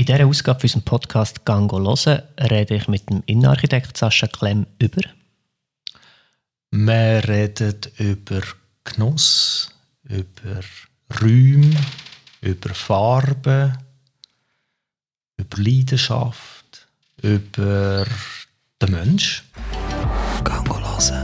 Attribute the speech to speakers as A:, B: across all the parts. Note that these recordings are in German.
A: dieser Ausgabe für unseren Podcast «Gang hören» rede ich mit dem Innenarchitekt Sascha Klemm über...
B: Wir reden über Genuss, über Räume, über Farben, über Leidenschaft, über den Mensch. Gang hören.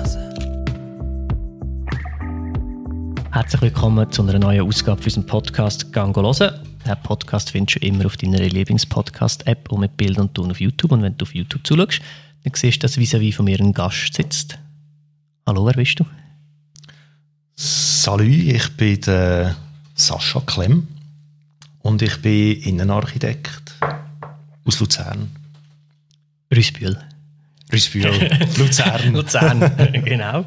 A: Herzlich willkommen zu einer neuen Ausgabe für unseren Podcast «Gang hören». Diesen Podcast findest du immer auf deiner Lieblings-Podcast-App und mit Bild und Ton auf YouTube. Und wenn du auf YouTube zuschaust, dann siehst du, dass vis-à-vis von mir ein Gast sitzt. Hallo, wer bist du?
B: Salut, ich bin der Sascha Klemm und ich bin Innenarchitekt aus Luzern.
A: Rüsbühl,
B: Luzern.
A: Luzern, genau.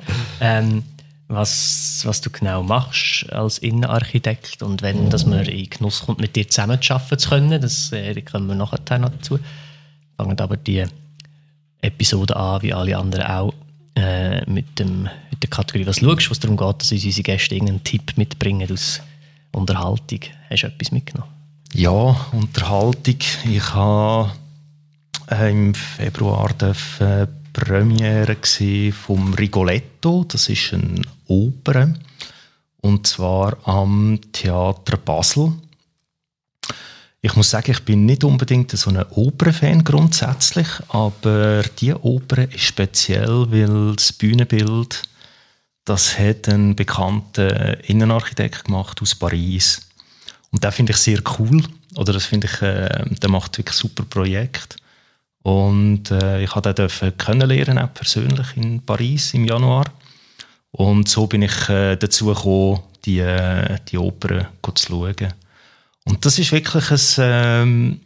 A: Was du genau machst als Innenarchitekt und wenn dass man in Genuss kommt, mit dir zusammen zu arbeiten zu können, das kommen wir nachher noch dazu. Fangen aber die Episode an, wie alle anderen auch, mit der Kategorie «Was schaust du?», was darum geht, dass uns unsere Gäste irgendeinen Tipp mitbringen aus Unterhaltung. Hast du etwas mitgenommen?
B: Ja, Unterhaltung. Ich habe im Februar die Premiere vom Rigoletto. Das ist eine Oper. Und zwar am Theater Basel. Ich muss sagen, ich bin nicht unbedingt so ein Opernfan grundsätzlich, aber diese Oper ist speziell, weil das Bühnenbild, das hat ein bekannter Innenarchitekt gemacht aus Paris. Und den finde ich sehr cool. Oder das finde ich, der macht wirklich super Projekt. Und ich durfte den kennenlernen, auch persönlich in Paris im Januar. Und so bin ich dazu gekommen, die Oper zu schauen. Und das ist wirklich für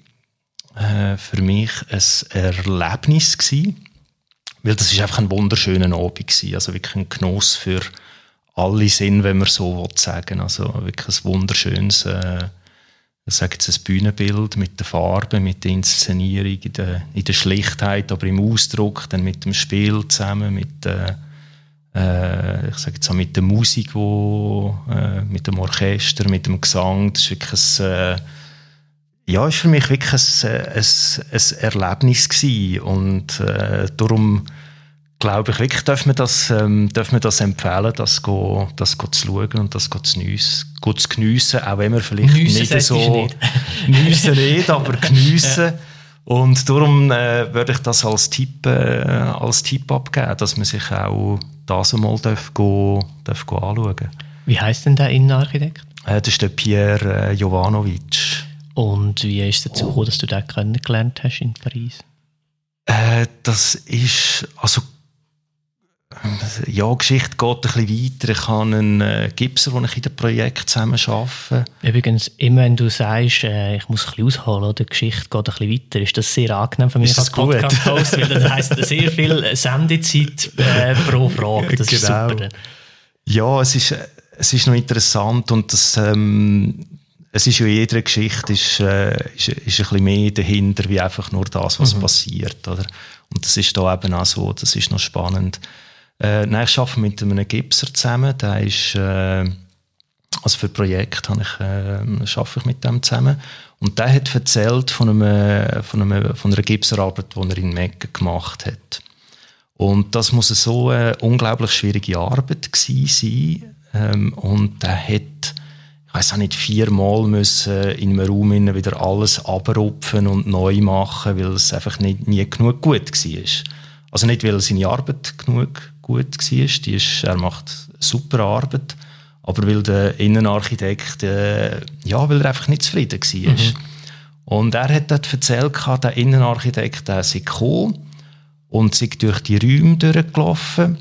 B: mich ein Erlebnis gewesen, weil das ist einfach ein wunderschöner Abend gewesen. Also wirklich ein Genuss für alle Sinne, wenn man so sagen will. Also wirklich ein wunderschönes, ich sage jetzt ein Bühnenbild mit der Farbe, mit der Inszenierung, in der Schlichtheit, aber im Ausdruck, dann mit dem Spiel zusammen, mit ich sage jetzt auch mit der Musik, mit dem Orchester, mit dem Gesang. Das ist wirklich ist für mich wirklich ein Erlebnis gewesen. Und darum glaube ich wirklich, darf man das empfehlen, das zu schauen und das zu geniessen, auch wenn man vielleicht nicht so geniessen nicht, aber geniessen. Und darum würde ich das als Tipp abgeben, dass man sich auch das einmal anschauen darf.
A: Wie heisst denn der Innenarchitekt?
B: Das ist der Pierre Jovanovic.
A: Und wie ist es dazu gekommen, dass du den kennengelernt hast in Paris?
B: Das ist, also ja, die Geschichte geht ein bisschen weiter. Ich habe einen Gipser, den ich in dem Projekt zusammen arbeite.
A: Übrigens, immer wenn du sagst, ich muss ein bisschen ausholen, oder die Geschichte geht ein bisschen weiter, ist das sehr angenehm für mich als Podcast-Host, weil das heisst sehr viel Sendezeit pro Frage. Das ist super.
B: Ja, es ist noch interessant und das, es ist ja in jeder Geschichte ist ein bisschen mehr dahinter, wie einfach nur das, was passiert. Oder? Und das ist da eben auch so, das ist noch spannend. Nein, ich arbeite mit einem Gipser zusammen, der ist, also für Projekt arbeite ich mit dem zusammen. Und der hat erzählt von einer Gipserarbeit, die er in Mekka gemacht hat. Und das muss so eine unglaublich schwierige Arbeit gewesen sein. Und der hat, ich weiss auch nicht, 4-mal müssen in einem Raum wieder alles abrupfen und neu machen, weil es einfach nie genug gut war. Also nicht, weil seine Arbeit genug gut war, er macht super Arbeit, aber weil der Innenarchitekt, weil er einfach nicht zufrieden war. Und er hat dort erzählt, der Innenarchitekt, der sei gekommen und sei durch die Räume durchgelaufen,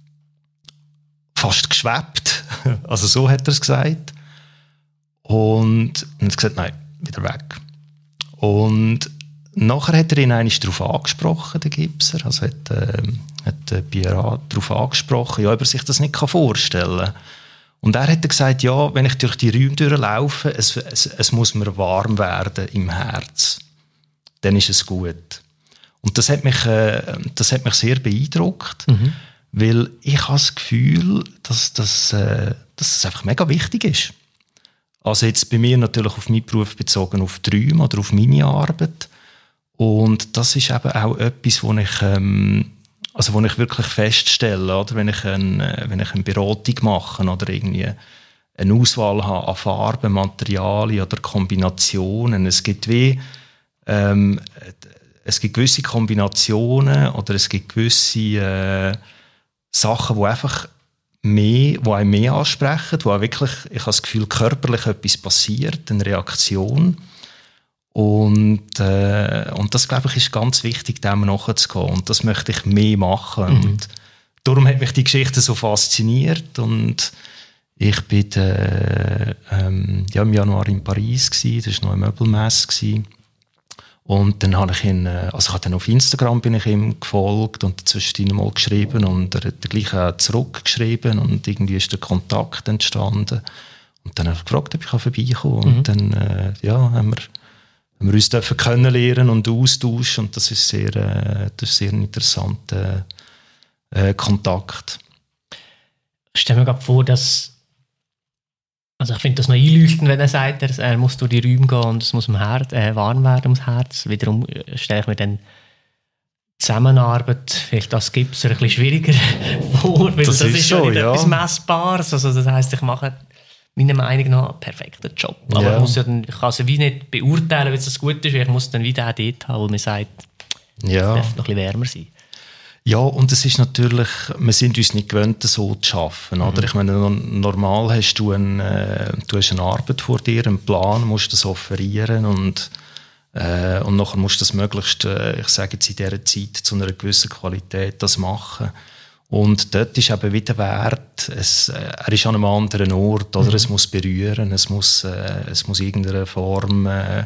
B: fast geschwebt, also so hat er es gesagt. Und er hat gesagt, nein, wieder weg. Und nachher hat er ihn einmal darauf angesprochen, der Gipser, also hat Pierre darauf angesprochen, ob er sich das nicht vorstellen kann. Und er hat gesagt, ja, wenn ich durch die Räume durchlaufe, es muss mir warm werden im Herz. Dann ist es gut. Und das hat mich sehr beeindruckt, weil ich habe das Gefühl, dass das einfach mega wichtig ist. Also jetzt bei mir natürlich auf meinen Beruf bezogen, auf die Räume oder auf meine Arbeit. Und das ist eben auch etwas, wo ich wirklich feststelle, oder? Wenn ich eine Beratung mache oder irgendwie eine Auswahl habe an Farben, Materialien oder Kombinationen. Es gibt gewisse Kombinationen oder es gibt gewisse Sachen, die einfach einem mehr ansprechen, wo auch wirklich, ich habe das Gefühl, körperlich etwas passiert, eine Reaktion. Und das, glaube ich, ist ganz wichtig, dem nachzugehen. Und das möchte ich mehr machen. Und darum hat mich die Geschichte so fasziniert. Und ich bin im Januar in Paris gewesen, das war noch eine Möbelmesse gewesen. Und dann habe ich ich habe dann auf Instagram bin ich ihm gefolgt und dazwischen mal geschrieben und er hat gleich auch zurückgeschrieben und irgendwie ist der Kontakt entstanden. Und dann habe ich gefragt, ob ich vorbeikommen kann. Und dann haben wir uns kennenlernen und austauschen und das ist sehr ein interessanter Kontakt.
A: Ich stelle mir gerade vor, dass ich finde das noch einleuchtend, wenn er sagt, er muss durch die Räume gehen und es muss warm werden ums Herz. Wiederum stelle ich mir dann Zusammenarbeit, vielleicht das gibt es ein bisschen schwieriger vor, weil das ist schon nicht etwas Messbares. Also das heisst, ich mache meiner Meinung nach einen perfekten Job. Aber ich kann es wie nicht beurteilen, wenn es gut ist, weil ich muss dann wieder auch dort haben, wo man sagt, es darf noch ein bisschen wärmer sein.
B: Ja, und es ist natürlich, wir sind uns nicht gewöhnt, so zu arbeiten. Oder? Ich meine, normal hast du eine Arbeit vor dir, einen Plan, musst das offerieren und nachher musst du das möglichst, ich sage jetzt in dieser Zeit, zu einer gewissen Qualität das machen. Und dort ist eben wieder Wert, er ist an einem anderen Ort, oder? Es muss berühren, es muss irgendeine Form,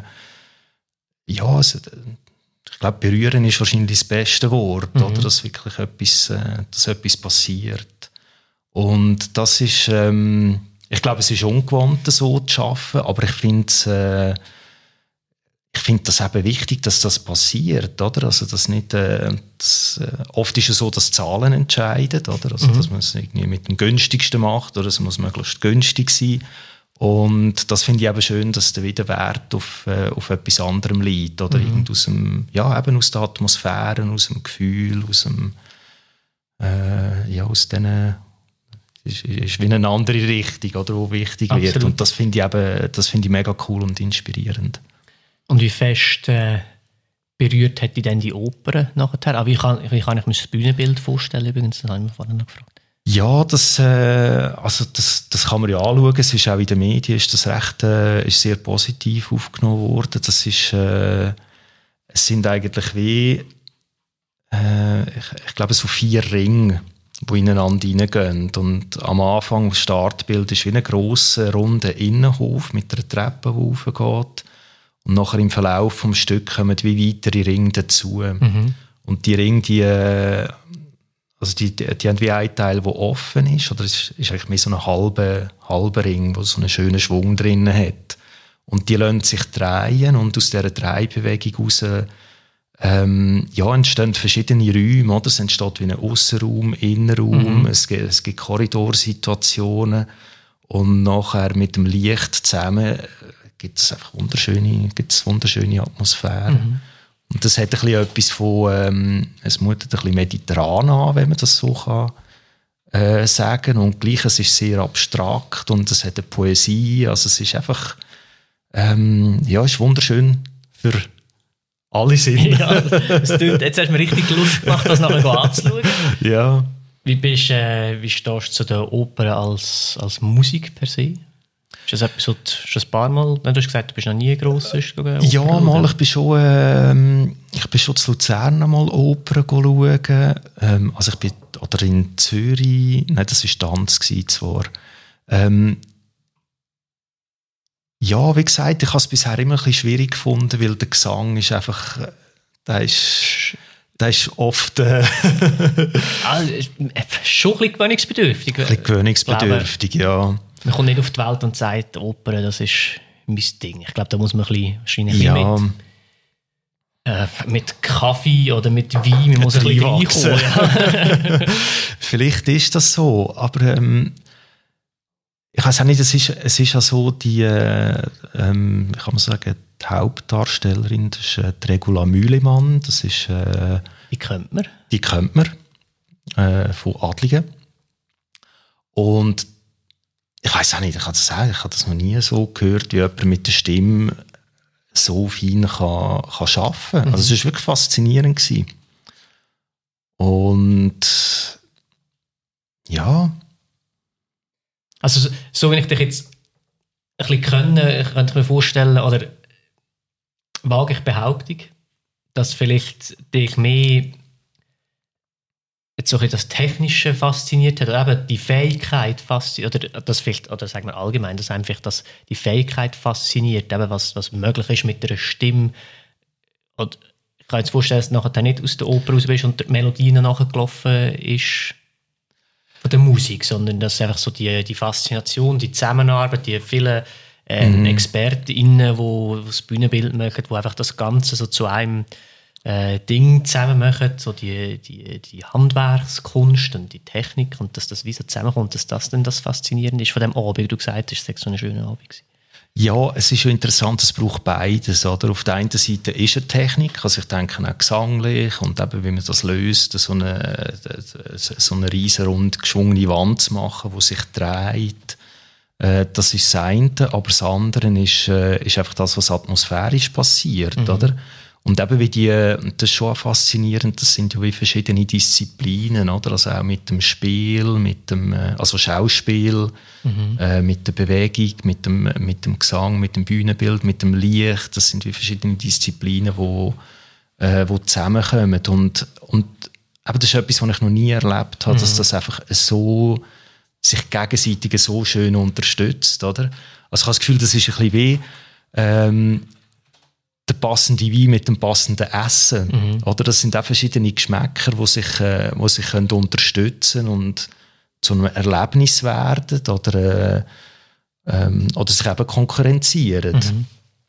B: ich glaube, berühren ist wahrscheinlich das beste Wort, oder? Dass wirklich etwas passiert. Und das ist, ich glaube, es ist ungewohnt, so zu arbeiten, aber ich finde das eben wichtig, dass das passiert, oder? Also, dass nicht, oft ist es so, dass Zahlen entscheiden, oder? Also, dass man es irgendwie mit dem günstigsten macht, oder es muss möglichst günstig sein. Und das finde ich eben schön, dass der Widerwert auf etwas anderem liegt, oder? Irgend aus der Atmosphäre, aus dem Gefühl, aus diesen, ist wie eine andere Richtung, oder? Wo wichtig wird. Und das finde ich mega cool und inspirierend.
A: Und wie fest berührt hat dich denn die Oper nachher? Wie kann ich mir das Bühnenbild vorstellen übrigens? Das habe ich mir vorhin noch gefragt.
B: Ja, das kann man ja anschauen. Es ist auch in den Medien ist das ist sehr positiv aufgenommen worden. Das ist, es sind eigentlich wie, ich glaube, so 4 Ringe, die ineinander reingehen. Und am Anfang, das Startbild ist wie ein grosser, runder Innenhof mit einer Treppe, die raufgeht. Und nachher im Verlauf des Stücks kommen wie weitere Ringe dazu. Und die Ringe, die haben wie einen Teil, der offen ist, oder es ist eigentlich mehr so ein halber Ring, der so einen schönen Schwung drin hat. Und die lassen sich drehen und aus dieser Drehbewegung heraus entstehen verschiedene Räume. Oder? Es entsteht wie ein Aussenraum, Innenraum, es gibt Korridorsituationen und nachher mit dem Licht zusammen gibt es einfach wunderschöne Atmosphäre. Und das hat ein bisschen etwas von, es mutet ein bisschen mediterran an, wenn man das so kann sagen. Und gleich, es ist sehr abstrakt und es hat eine Poesie. Also es ist einfach, ist wunderschön für alle Sinne.
A: Ja, jetzt hast du mir richtig Lust gemacht, das nachher anzuschauen.
B: Ja.
A: Wie stehst du zu der Oper als Musik per se? Ist das etwas, was du schon ein paar Mal... Du hast gesagt, du bist noch nie gross.
B: Ja, mal. Ich bin schon zu Luzern mal Opern schauen. Also ich bin oder in Zürich... Nein, das war Tanz zwar. Ja, wie gesagt, ich habe es bisher immer ein bisschen schwierig gefunden, weil der Gesang ist einfach... Der ist oft...
A: schon ein bisschen gewöhnungsbedürftig.
B: Ein bisschen gewöhnungsbedürftig, ja. Man
A: kommt nicht auf die Welt und sagt, Oper, das ist mein Ding. Ich glaube, da muss man ein bisschen mit Kaffee oder mit Wein, man muss ein bisschen reinkommen.
B: Vielleicht ist das so, aber Ich weiß auch nicht, es ist ja so, die, kann man sagen, die Hauptdarstellerin, das ist die Regula Mühlemann, das ist...
A: die kennt man.
B: Die kennt man, von Adligen. Und ich weiß auch nicht, ich kann das sagen, ich habe das noch nie so gehört, wie jemand mit der Stimme so fein kann arbeiten kann. Also es war wirklich faszinierend gewesen. Und ja...
A: Also so wenn ich dich jetzt ein bisschen könnte ich mir vorstellen, oder wage ich Behauptung, dass vielleicht dich mehr jetzt so ein bisschen das Technische fasziniert hat, oder eben die Fähigkeit fasziniert, oder das vielleicht, oder sagen wir allgemein, dass einfach das die Fähigkeit fasziniert, eben was möglich ist mit einer Stimme. Und ich kann jetzt vorstellen, dass du nachher nicht aus der Oper raus bist und die Melodie nachgelaufen ist von der Musik, sondern dass einfach so die Faszination, die Zusammenarbeit, die vielen ExpertInnen, die das Bühnenbild machen, die einfach das Ganze so zu einem Ding zusammen machen, so die Handwerkskunst und die Technik und dass das wie so zusammenkommt, dass das dann das Faszinierende ist von dem Abend, wie du gesagt hast, es war so ein schöner Abend gewesen.
B: Ja, es ist schon interessant, es braucht beides. Oder? Auf der einen Seite ist eine Technik, also ich denke auch gesanglich und eben, wie man das löst, so eine riesen rund geschwungene Wand zu machen, die sich dreht. Das ist das eine, aber das andere ist einfach das, was atmosphärisch passiert. Oder? Und eben das ist schon faszinierend, das sind ja wie verschiedene Disziplinen, oder? Also auch mit dem Spiel, also Schauspiel, mit der Bewegung, mit dem Gesang, mit dem Bühnenbild, mit dem Licht, das sind wie verschiedene Disziplinen, die zusammenkommen. Und eben das ist etwas, was ich noch nie erlebt habe, dass das einfach so sich gegenseitig so schön unterstützt, oder? Also ich habe das Gefühl, das ist ein bisschen wie der passende Wein mit dem passenden Essen. Oder? Das sind auch verschiedene Geschmäcker, die sich unterstützen und zu einem Erlebnis werden oder sich eben konkurrenzieren.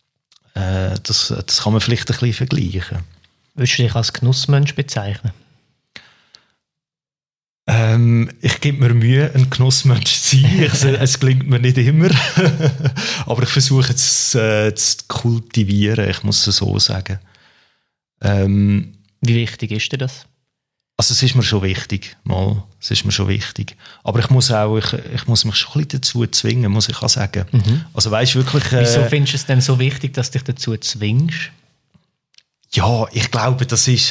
B: Das kann man vielleicht ein bisschen vergleichen.
A: Würdest du dich als Genussmensch bezeichnen?
B: Ich gebe mir Mühe, ein Genussmensch zu sein. Es gelingt mir nicht immer. Aber ich versuche es zu kultivieren, ich muss es so sagen.
A: Wie wichtig ist dir das?
B: Also es ist mir schon wichtig. Es ist mir schon wichtig. Aber ich muss mich schon ein bisschen dazu zwingen, muss ich auch sagen. Also weißt wirklich...
A: Wieso findest du es denn so wichtig, dass du dich dazu zwingst?
B: Ja, ich glaube, das ist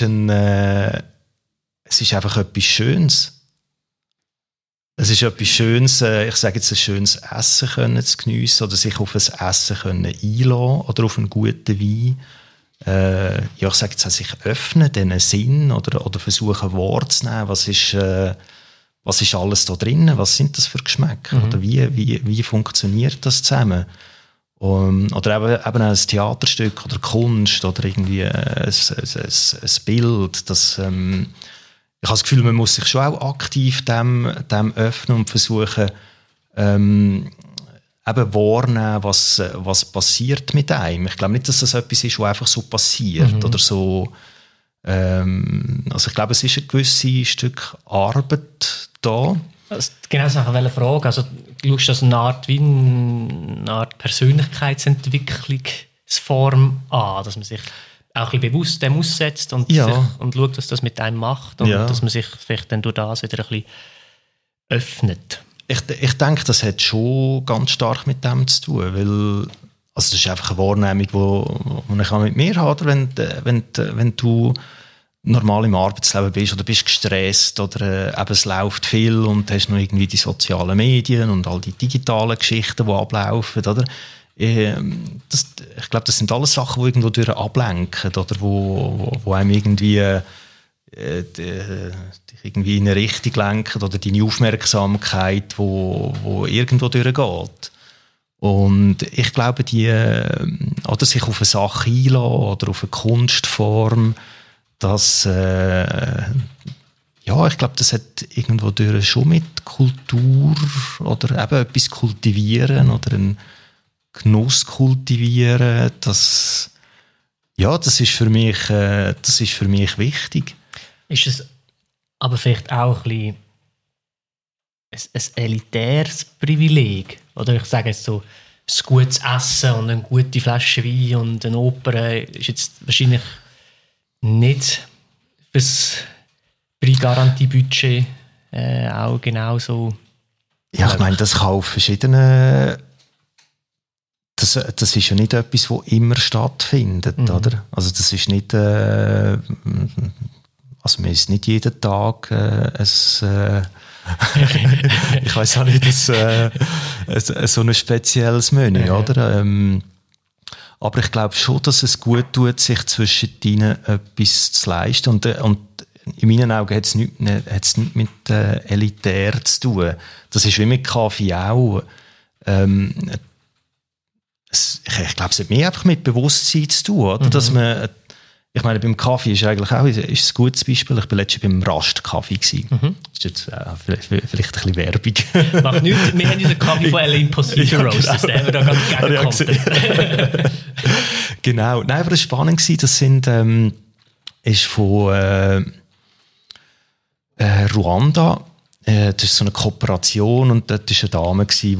B: es ist einfach etwas Schönes. Es ist etwas Schönes, ich sage jetzt, ein schönes Essen zu geniessen oder sich auf ein Essen einlassen oder auf einen guten Wein. Ja, ich sage jetzt, sich öffnen, diesen Sinn oder versuchen wahrzunehmen, was ist alles da drin, was sind das für Geschmäcker oder wie funktioniert das zusammen. Oder eben ein Theaterstück oder Kunst oder irgendwie ein Bild, das... Ich habe das Gefühl, man muss sich schon auch aktiv dem öffnen und versuchen, eben wahrnehmen, was passiert mit einem. Ich glaube nicht, dass das etwas ist, was einfach so passiert oder so. Also ich glaube, es ist ein gewisses Stück Arbeit da.
A: Also, genau, das wollte ich fragen. Also, du schaust das eine Art Persönlichkeitsentwicklungsform an, dass man sich auch ein bisschen bewusst dem aussetzt und schaut, was das mit einem macht und dass man sich vielleicht dann durch das wieder ein bisschen öffnet.
B: Ich denke, das hat schon ganz stark mit dem zu tun, weil also das ist einfach eine Wahrnehmung, die ich auch mit mir habe, wenn du normal im Arbeitsleben bist oder bist gestresst oder eben es läuft viel und hast noch irgendwie die sozialen Medien und all die digitalen Geschichten, die ablaufen, oder? Ich glaube, das sind alles Sachen, die irgendwo durch ablenken oder wo einem irgendwie in eine Richtung lenken oder deine Aufmerksamkeit, wo irgendwo durchgeht. Und ich glaube, oder sich auf eine Sache einlassen oder auf eine Kunstform, ich glaube, das hat irgendwo durch schon mit Kultur oder eben etwas kultivieren oder einen Genuss kultivieren, das ist für mich wichtig.
A: Ist es aber vielleicht auch ein bisschen ein elitäres Privileg. Oder ich sage jetzt so, ein gutes Essen und eine gute Flasche Wein und eine Oper ist jetzt wahrscheinlich nicht fürs Preisgarantie-Budget auch genauso.
B: Ja, ich meine, das kann auf verschiedenen... Das ist ja nicht etwas, das immer stattfindet, oder? Also das ist nicht... also man ist nicht jeden Tag ich weiß auch nicht, so ein spezielles Menü, oder? Aber ich glaube schon, dass es gut tut, sich zwischen ihnen etwas zu leisten. Und in meinen Augen hat es nichts mit elitär zu tun. Das ist wie mit Kaffee auch. Ich glaube, es hat mehr einfach mit Bewusstsein zu tun, oder? Dass man, ich meine, beim Kaffee ist eigentlich auch ist ein gutes Beispiel. Ich war letztens beim Rast-Kaffee gewesen. Das ist jetzt vielleicht ein bisschen Werbung.
A: Macht nichts. Wir haben unseren Kaffee von LA Impossible Roasters, den haben wir da ganz gegengekommen.
B: Genau. Nein, aber das war spannend. Das ist von Ruanda. Das ist so eine Kooperation und dort war eine Dame, die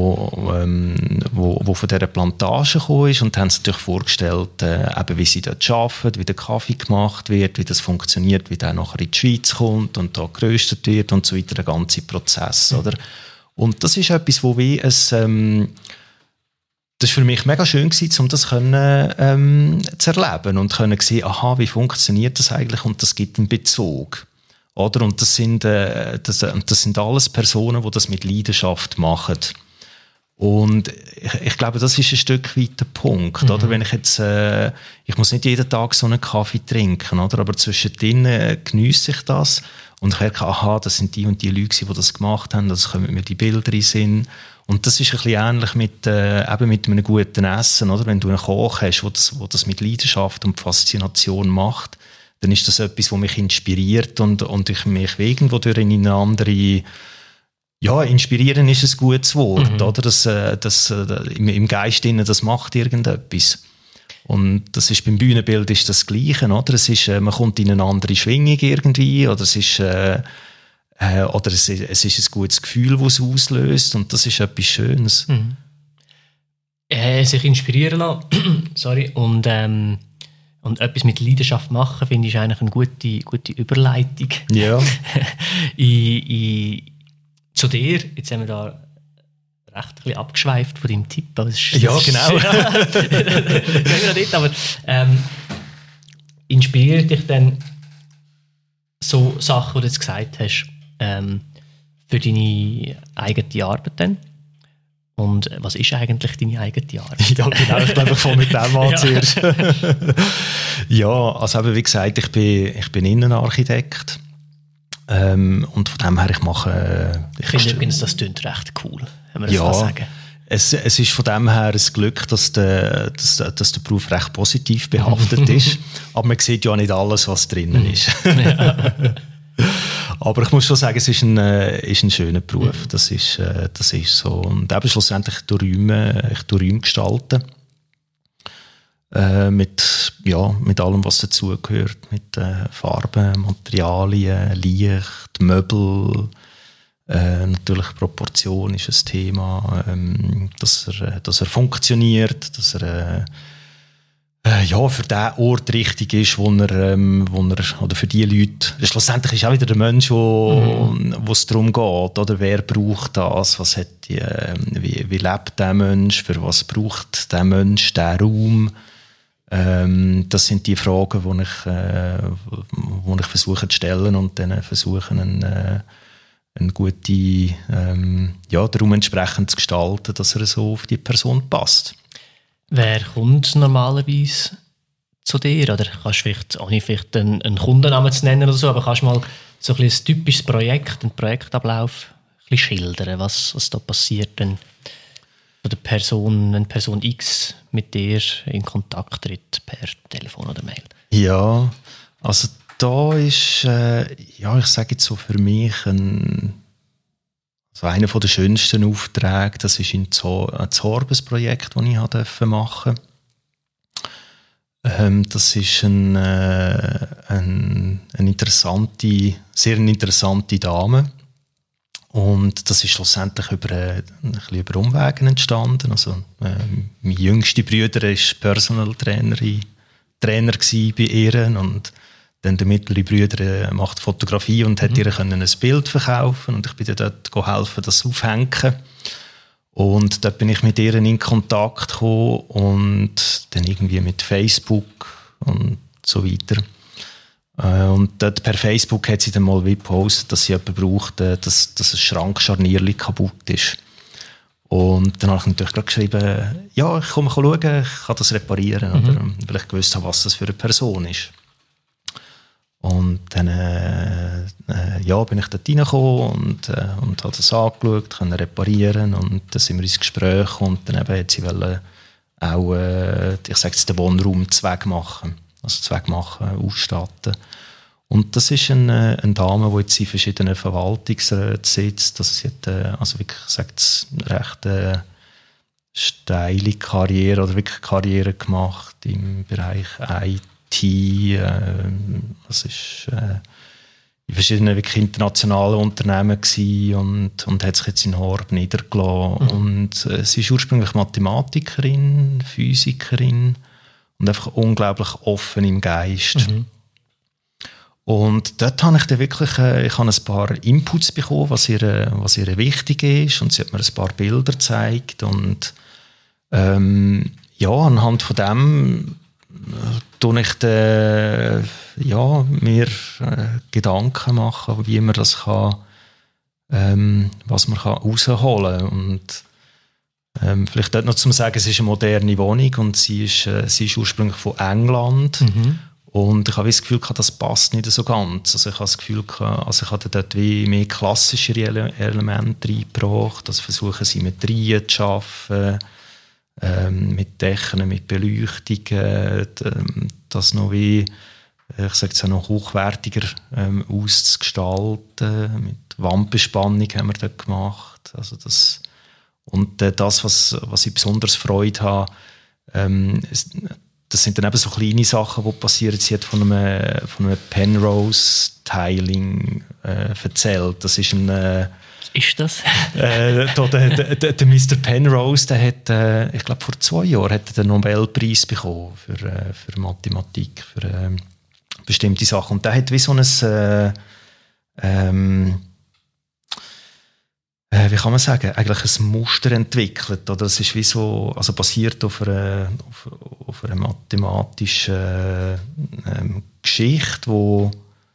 B: von dieser Plantage gekommen ist und haben sich natürlich vorgestellt, eben, wie sie dort arbeiten, wie der Kaffee gemacht wird, wie das funktioniert, wie der nachher in die Schweiz kommt und da geröstet wird und so weiter, der ganze Prozess, oder? Und das ist etwas, wo wie das war für mich mega schön gewesen, um das zu erleben und können sehen, aha, wie funktioniert das eigentlich und das gibt einen Bezug. Oder? Und das sind alles Personen, die das mit Leidenschaft machen. Und ich glaube, das ist ein Stück weit der Punkt. Oder? Wenn ich jetzt, ich muss nicht jeden Tag so einen Kaffee trinken, oder? Aber zwischendrin geniesse ich das und ich merke, aha, das sind die und die Leute, die das gemacht haben, das kommen mir die Bilder in den Sinn. Und das ist ein bisschen ähnlich mit einem guten Essen, oder? Wenn du einen Koch hast, der das mit Leidenschaft und Faszination macht, dann ist das etwas, was mich inspiriert und ich mich irgendwo durch in eine andere... Ja, inspirieren ist ein gutes Wort, oder? Das im Geist innen, das macht irgendetwas. Und das ist beim Bühnenbild ist das Gleiche, oder? Es ist, man kommt in eine andere Schwingung irgendwie, oder es ist ein gutes Gefühl, das es auslöst, und das ist etwas Schönes.
A: Sich inspirieren lassen, sorry, und etwas mit Leidenschaft machen, finde ich eigentlich eine gute Überleitung.
B: Ja.
A: Zu dir, jetzt haben wir da recht ein bisschen abgeschweift von deinem Tipp. Aber
B: ja, genau.
A: Aber inspiriert dich denn so Sachen, die du jetzt gesagt hast, für deine eigene Arbeit dann? Und was ist eigentlich deine eigene Arbeit?
B: Ja, genau, ich glaube, ich fange mit dem an zuerst. Ja, also eben, wie gesagt, ich bin Innenarchitekt. Und von dem her, ich mache...
A: Ich finde übrigens, das klingt recht cool, wenn man das so sagen.
B: Es ist von dem her ein Glück, dass der Beruf recht positiv behaftet ist. Aber man sieht ja nicht alles, was drinnen ist. Ja. Aber ich muss schon sagen, es ist ein schöner Beruf. Das ist so. Und eben schlussendlich ich Räume gestalten. Mit allem, was dazugehört. Mit Farben, Materialien, Licht, Möbel. Natürlich Proportion ist ein Thema. Dass er funktioniert, dass er für den Ort richtig ist, wo er oder für die Leute, schlussendlich ist auch wieder der Mensch, wo es darum geht, oder wer braucht das, was hat wie lebt der Mensch, für was braucht der Mensch den Raum. Das sind die Fragen, die ich versuche zu stellen und dann versuche eine gute den Raum entsprechend zu gestalten, dass er so auf die Person passt.
A: Wer kommt normalerweise zu dir? Oder kannst du vielleicht, ohne vielleicht einen Kundennamen zu nennen oder so, aber kannst du mal so ein typisches Projekt, einen Projektablauf ein bisschen schildern, was da passiert, wenn eine Person X mit dir in Kontakt tritt, per Telefon oder Mail?
B: Ja, also da ist, ich sage jetzt so für mich einer der schönsten Aufträge, das ist ein Zorbes-Projekt, das ich machen durfte. Das ist eine interessante Dame. Und das ist schlussendlich ein bisschen über Umwegen entstanden. Also, mein jüngster Bruder war Personal Trainer bei ihr und dann der mittlere Bruder macht Fotografie und hat ihr ein Bild verkaufen und ich bin dann dort helfen, das aufhängen. Und dort bin ich mit ihr in Kontakt gekommen und dann irgendwie mit Facebook und so weiter. Und dort per Facebook hat sie dann mal gepostet, dass sie jemanden braucht, dass ein Schrankscharnierli kaputt ist. Und dann habe ich natürlich gerade geschrieben, ja, ich komme schauen, ich kann das reparieren. Oder weil ich gewusst habe, was das für eine Person ist. Und dann bin ich dort reingekommen und habe das angeschaut, können reparieren und dann sind wir ins Gespräch gekommen und dann eben hat sie auch, ich sage jetzt, den Wohnraum ausstatten. Und das ist eine Dame, die jetzt in verschiedenen Verwaltungsräten sitzt. Also sie hat also wirklich, ich sage es, recht steile Karriere oder wirklich Karriere gemacht im Bereich IT. Das ist in verschiedenen wirklich internationalen Unternehmen gewesen und hat sich jetzt in Horb niedergelassen. Und sie ist ursprünglich Mathematikerin, Physikerin und einfach unglaublich offen im Geist. Und dort habe ich dann wirklich ich habe ein paar Inputs bekommen, was ihr wichtig ist, und sie hat mir ein paar Bilder gezeigt und anhand von dem tue ich mir Gedanken machen, wie man das kann, was man rausholen kann. Und vielleicht dort noch zu sagen, es ist eine moderne Wohnung und sie ist ursprünglich von England. Und ich habe das Gefühl, das passt nicht so ganz. Also ich habe das Gefühl, ich habe dort wie mehr klassischere Elemente reingebracht. Also versuchen sie mit Reihen zu arbeiten, mit Dächern, mit Beleuchtung, das noch wie, ich sage es auch noch hochwertiger auszugestalten. Mit Wandbespannung haben wir dort gemacht. Also das, und das, was ich besonders Freude habe, das sind dann eben so kleine Sachen, die passieren. Sie hat von einem Penrose-Tiling erzählt. Das ist ein...
A: Ist das?
B: Der Mr. Penrose, der hat, ich glaube vor 2 Jahren hat er den Nobelpreis bekommen für Mathematik, für bestimmte Sachen. Und der hat wie so ein wie kann man sagen, eigentlich ein Muster entwickelt. Oder es ist wie so, also basiert auf einer mathematischen Geschichte, wo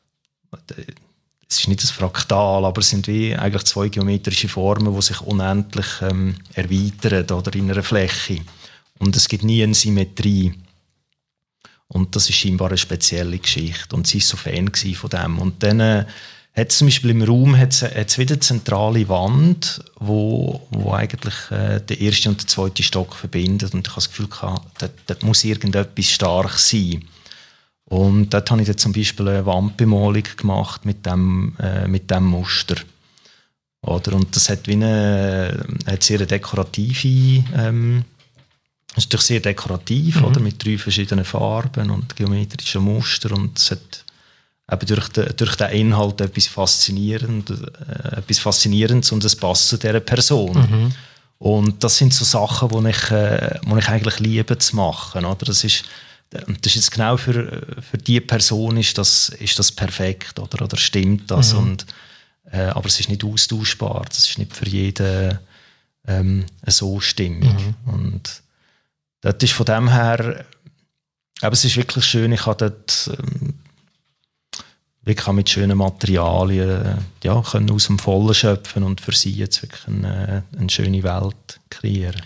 B: es ist nicht ein Fraktal, aber es sind wie eigentlich 2 geometrische Formen, die sich unendlich erweitern oder in einer Fläche. Und es gibt nie eine Symmetrie. Und das ist scheinbar eine spezielle Geschichte. Und sie war so Fan von dem. Und dann hat zum Beispiel im Raum hat's wieder eine zentrale Wand, wo eigentlich den ersten und den zweiten Stock verbindet. Und ich habe das Gefühl, dort muss irgendetwas stark sein. Und dort habe ich dann zum Beispiel eine Wandbemalung gemacht mit dem Muster. Oder? Und das hat hat sehr dekorative, ist natürlich sehr dekorativ, oder? Mit 3 verschiedenen Farben und geometrischen Mustern. Und es hat eben durch den Inhalt etwas Faszinierendes und es passt zu dieser Person. Und das sind so Sachen, die ich eigentlich liebe zu machen. Oder? Das ist jetzt genau für die Person ist das perfekt, oder stimmt das. Und, aber es ist nicht austauschbar. Das ist nicht für jeden so stimmig. Und das ist von dem her, aber es ist wirklich schön. Ich habe dort wirklich mit schönen Materialien können aus dem Vollen schöpfen und für sie jetzt wirklich eine schöne Welt kreieren.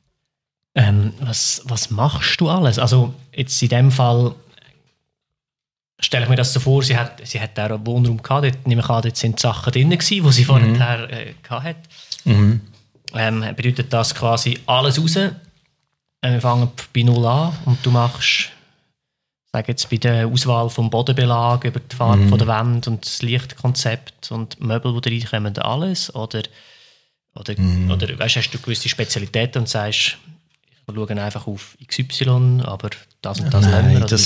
A: Was machst du alles? Also jetzt in dem Fall stelle ich mir das so vor, sie hat auch einen Wohnraum gehabt, dort nehme ich an, dort sind Sachen drin gewesen, die sie vorher hatte. Bedeutet das quasi alles raus? Wir fangen bei Null an und du machst, sage jetzt bei der Auswahl vom Bodenbelag über die Farbe von der Wand und das Lichtkonzept und die Möbel, die reinkommen, alles? Oder weißt, hast du gewisse Spezialitäten und sagst, wir schauen einfach auf XY, aber das und das
B: nehmen wir?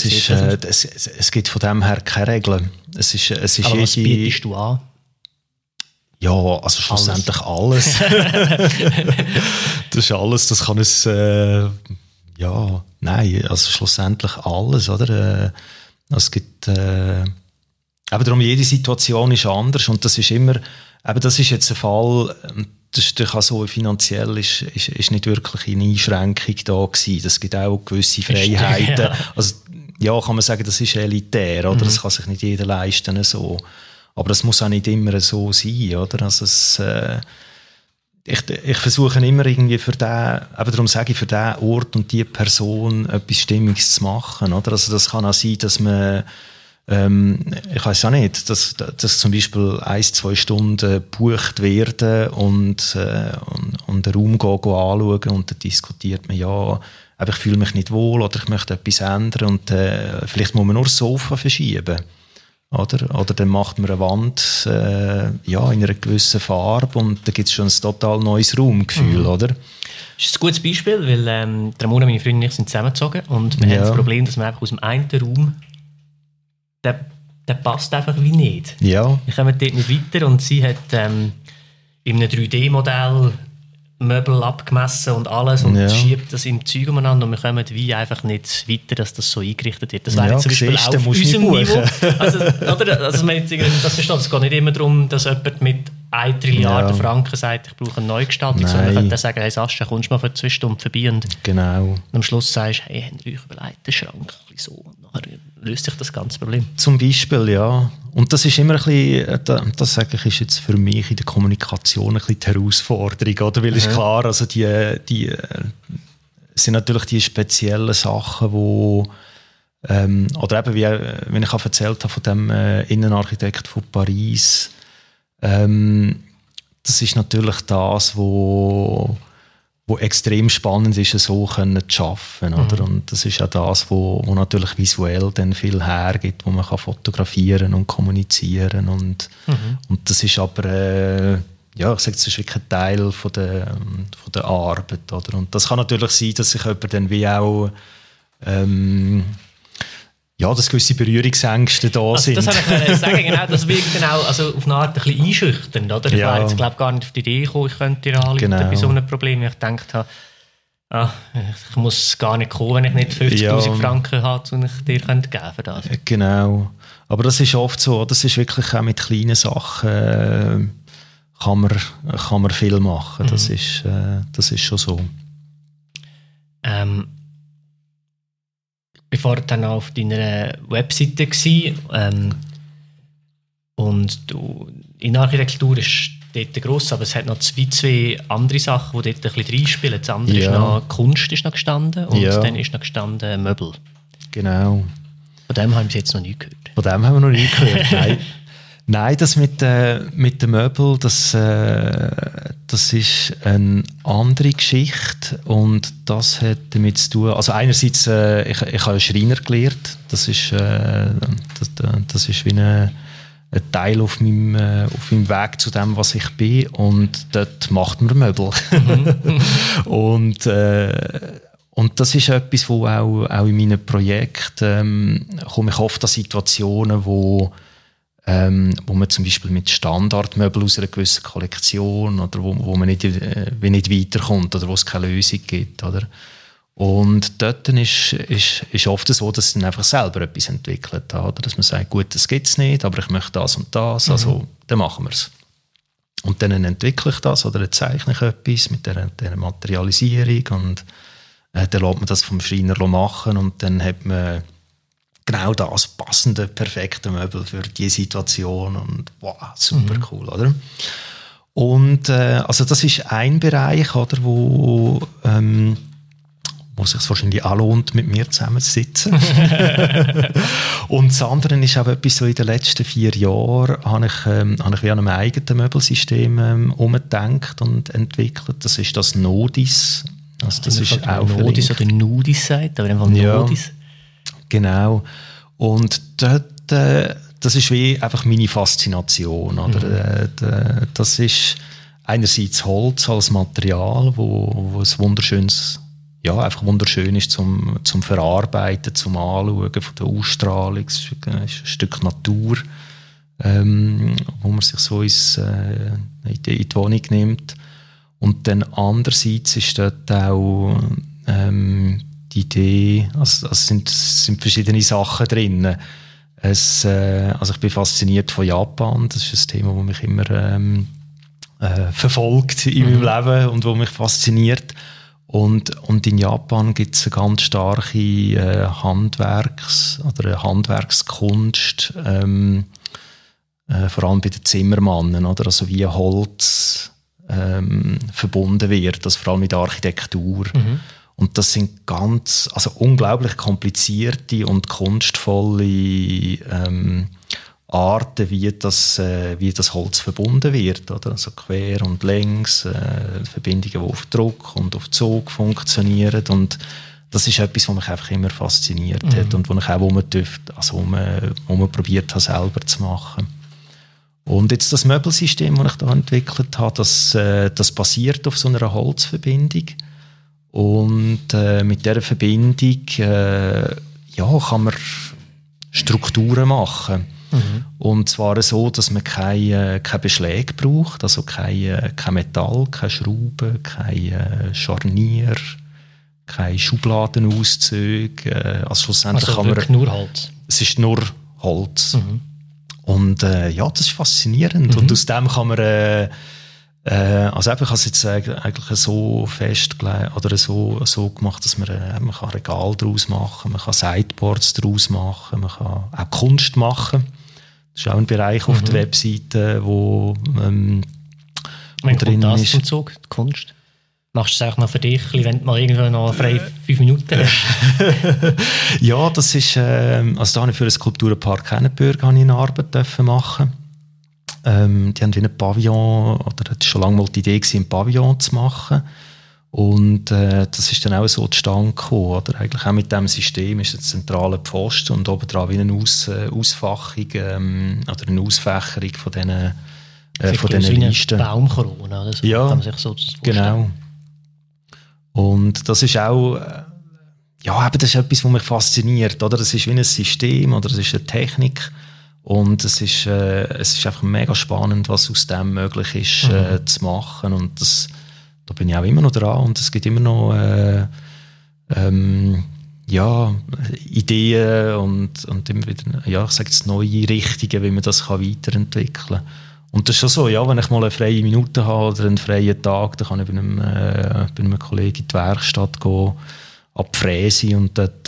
B: Es gibt von dem her keine Regeln.
A: Aber was bietest du an?
B: Ja, also schlussendlich alles. Das ist alles, das kann es, also schlussendlich alles, oder? Es gibt, aber darum, jede Situation ist anders und das ist immer, eben das ist jetzt ein Fall, das ist auch so, finanziell ist nicht wirklich eine Einschränkung da gewesen. Das gibt auch gewisse Freiheiten. Ja. Also, ja, kann man sagen, das ist elitär, oder? Das kann sich nicht jeder leisten, so. Aber das muss auch nicht immer so sein, oder? Also ich versuche immer irgendwie für darum sage ich, für den Ort und die Person etwas Stimmiges zu machen, oder? Also das kann auch sein, dass man ich weiß auch nicht, dass zum Beispiel 1-2 Stunden gebucht werden und den Raum gehen anschauen und dann diskutiert man, ja, aber ich fühle mich nicht wohl oder ich möchte etwas ändern und vielleicht muss man nur das Sofa verschieben. Oder dann macht man eine Wand in einer gewissen Farbe und dann gibt es schon ein total neues Raumgefühl, oder?
A: Das ist ein gutes Beispiel, weil Ramona, meine Freundin und ich sind zusammengezogen und wir haben das Problem, dass wir einfach aus dem einen Raum der passt einfach wie nicht.
B: Ja.
A: Wir kommen dort nicht weiter und sie hat in einem 3D-Modell Möbel abgemessen und alles und schiebt das im Zeug umeinander und wir kommen wie einfach nicht weiter, dass das so eingerichtet wird. Das wäre zum Beispiel auch auf unserem Niveau. Also das versteht, es geht nicht immer darum, dass jemand mit 1 Trilliarden Franken sagt, ich brauche eine Neugestaltung, sondern man könnte sagen, hey Sascha, kommst du mal für 2 Stunden vorbei und am Schluss sagst du, hey, habt ihr euch überlegt, den Schrank ein bisschen so und nachher löst sich das ganze Problem.
B: Zum Beispiel, ja. Und das ist immer ein bisschen, das sage ich, ist jetzt für mich in der Kommunikation ein bisschen die Herausforderung, oder? Weil ist klar, also die sind natürlich die speziellen Sachen, wo oder eben, wie ich auch erzählt habe von dem Innenarchitekt von Paris, das ist natürlich das, wo extrem spannend ist, so können zu arbeiten, oder? Und das ist auch das, wo natürlich visuell dann viel hergibt, wo man kann fotografieren und kommunizieren und das ist aber ich sage, das ist wirklich ein Teil von der Arbeit, oder? Und das kann natürlich sein, dass sich jemand dann wie auch dass gewisse Berührungsängste da sind.
A: Das wollte ich sagen, genau, das wirkt dann auch auf eine Art ein bisschen einschüchternd, oder? Ich war jetzt, glaube gar nicht auf die Idee gekommen, ich könnte dir anrufen bei so einem Problem. Ich dachte, ich muss gar nicht kommen, wenn ich nicht 50'000 Franken habe, die ich dir geben könnte.
B: Genau. Aber das ist oft so, das ist wirklich auch mit kleinen Sachen kann man viel machen. Das ist schon so.
A: Ich war dann auf deiner Webseite und Innenarchitektur ist dort gross, aber es hat noch zwei andere Sachen, die dort ein bisschen reinspielen. Das andere ist noch Kunst ist noch gestanden und dann ist noch gestanden Möbel.
B: Genau.
A: Von dem haben wir jetzt noch nie gehört.
B: Von dem haben wir noch nie gehört, nein. Nein, das mit den Möbeln, das ist eine andere Geschichte und das hat damit zu tun, also einerseits, ich habe Schreiner gelernt, das ist wie ein Teil auf meinem Weg zu dem, was ich bin und dort macht man Möbel. Und das ist etwas, wo auch in meinen Projekten komme ich oft an Situationen, wo man zum Beispiel mit Standardmöbeln aus einer gewissen Kollektion oder wo man nicht weiterkommt oder wo es keine Lösung gibt, oder? Und dort ist oft so, dass ich dann einfach selber etwas entwickelt habe, oder? Dass man sagt, gut, das gibt es nicht, aber ich möchte das und das, also dann machen wir es. Und dann entwickle ich das oder dann zeichne ich etwas mit dieser Materialisierung und dann lässt man das vom Schreiner machen und dann hat man genau das passende, perfekte Möbel für die Situation und wow, super cool, oder? Und also das ist ein Bereich, oder, wo sich wahrscheinlich auch lohnt, mit mir zusammenzusitzen. Und das andere ist auch etwas, so in den letzten 4 Jahren habe ich wie an einem eigenen Möbelsystem umgedacht und entwickelt. Das ist das Nodis. Also das ist auch
A: Nodis oder Nudis sagt, aber einfach Nodis.
B: Genau. Und dort, das ist wie einfach meine Faszination. Oder? Das ist einerseits Holz als Material, wo es wunderschönes, einfach wunderschön ist zum Verarbeiten, zum Anschauen von der Ausstrahlung. Es ist ein Stück Natur. wo man sich so in die Wohnung nimmt. Und dann andererseits ist dort auch die Idee, also es sind verschiedene Sachen drin. Also ich bin fasziniert von Japan, das ist ein Thema, das mich immer verfolgt in meinem Leben und das mich fasziniert. Und in Japan gibt es eine ganz starke Handwerkskunst, vor allem bei den Zimmermannen, oder? Also wie Holz verbunden wird, das vor allem mit der Architektur. Und das sind also unglaublich komplizierte und kunstvolle Arten, wie das Holz verbunden wird, oder? Also quer und längs, Verbindungen, die auf Druck und auf Zug funktionieren. Und das ist etwas, was mich einfach immer fasziniert hat und wo ich auch wo man probiert habe, selber zu machen. Und jetzt das Möbelsystem, das ich da entwickelt habe, das basiert auf so einer Holzverbindung. Und mit dieser Verbindung kann man Strukturen machen. Und zwar so, dass man keine Beschläge braucht, also kein Metall, keine Schrauben, kein Scharnier, keine Schubladenauszüge. Also schlussendlich
A: kann man nur Holz?
B: Es ist nur Holz. Und das ist faszinierend. Und aus dem kann man also ich habe es jetzt eigentlich so festgelegt oder so gemacht, dass man kann Regal daraus machen, man kann Sideboards daraus machen, man kann auch Kunst machen. Das ist auch ein Bereich auf der Webseite, wo drin ist.
A: Zum Zug, die Kunst? Machst du es auch noch für dich, wenn du mal irgendwo noch frei 5 Minuten hast?
B: Ja, das ist, also da habe ich für den Kulturpark Kennenbürg eine Arbeit machen. Die haben wie ein Pavillon, oder das war schon lange mal die Idee, ein Pavillon zu machen. Und das ist dann auch so zustande gekommen. Oder? Eigentlich auch mit diesem System ist ein zentraler Pfosten und obendrauf wie eine Ausfachung oder eine Ausfächerung von diesen Listen.
A: Eine Baumkrone oder so,
B: ja,
A: kann man sich so vorstellen.
B: Genau. Und das ist auch, eben das ist etwas, was mich fasziniert. Oder? Das ist wie ein System oder es ist eine Technik. Und es ist einfach mega spannend, was aus dem möglich ist zu machen. Und da bin ich auch immer noch dran. Und es gibt immer noch Ideen und immer wieder, ich sage jetzt neue Richtungen, wie man das weiterentwickeln kann. Und das ist schon so, wenn ich mal eine freie Minute habe oder einen freien Tag, dann kann ich bei einem Kollegen in die Werkstatt gehen, ab die Fräse und dort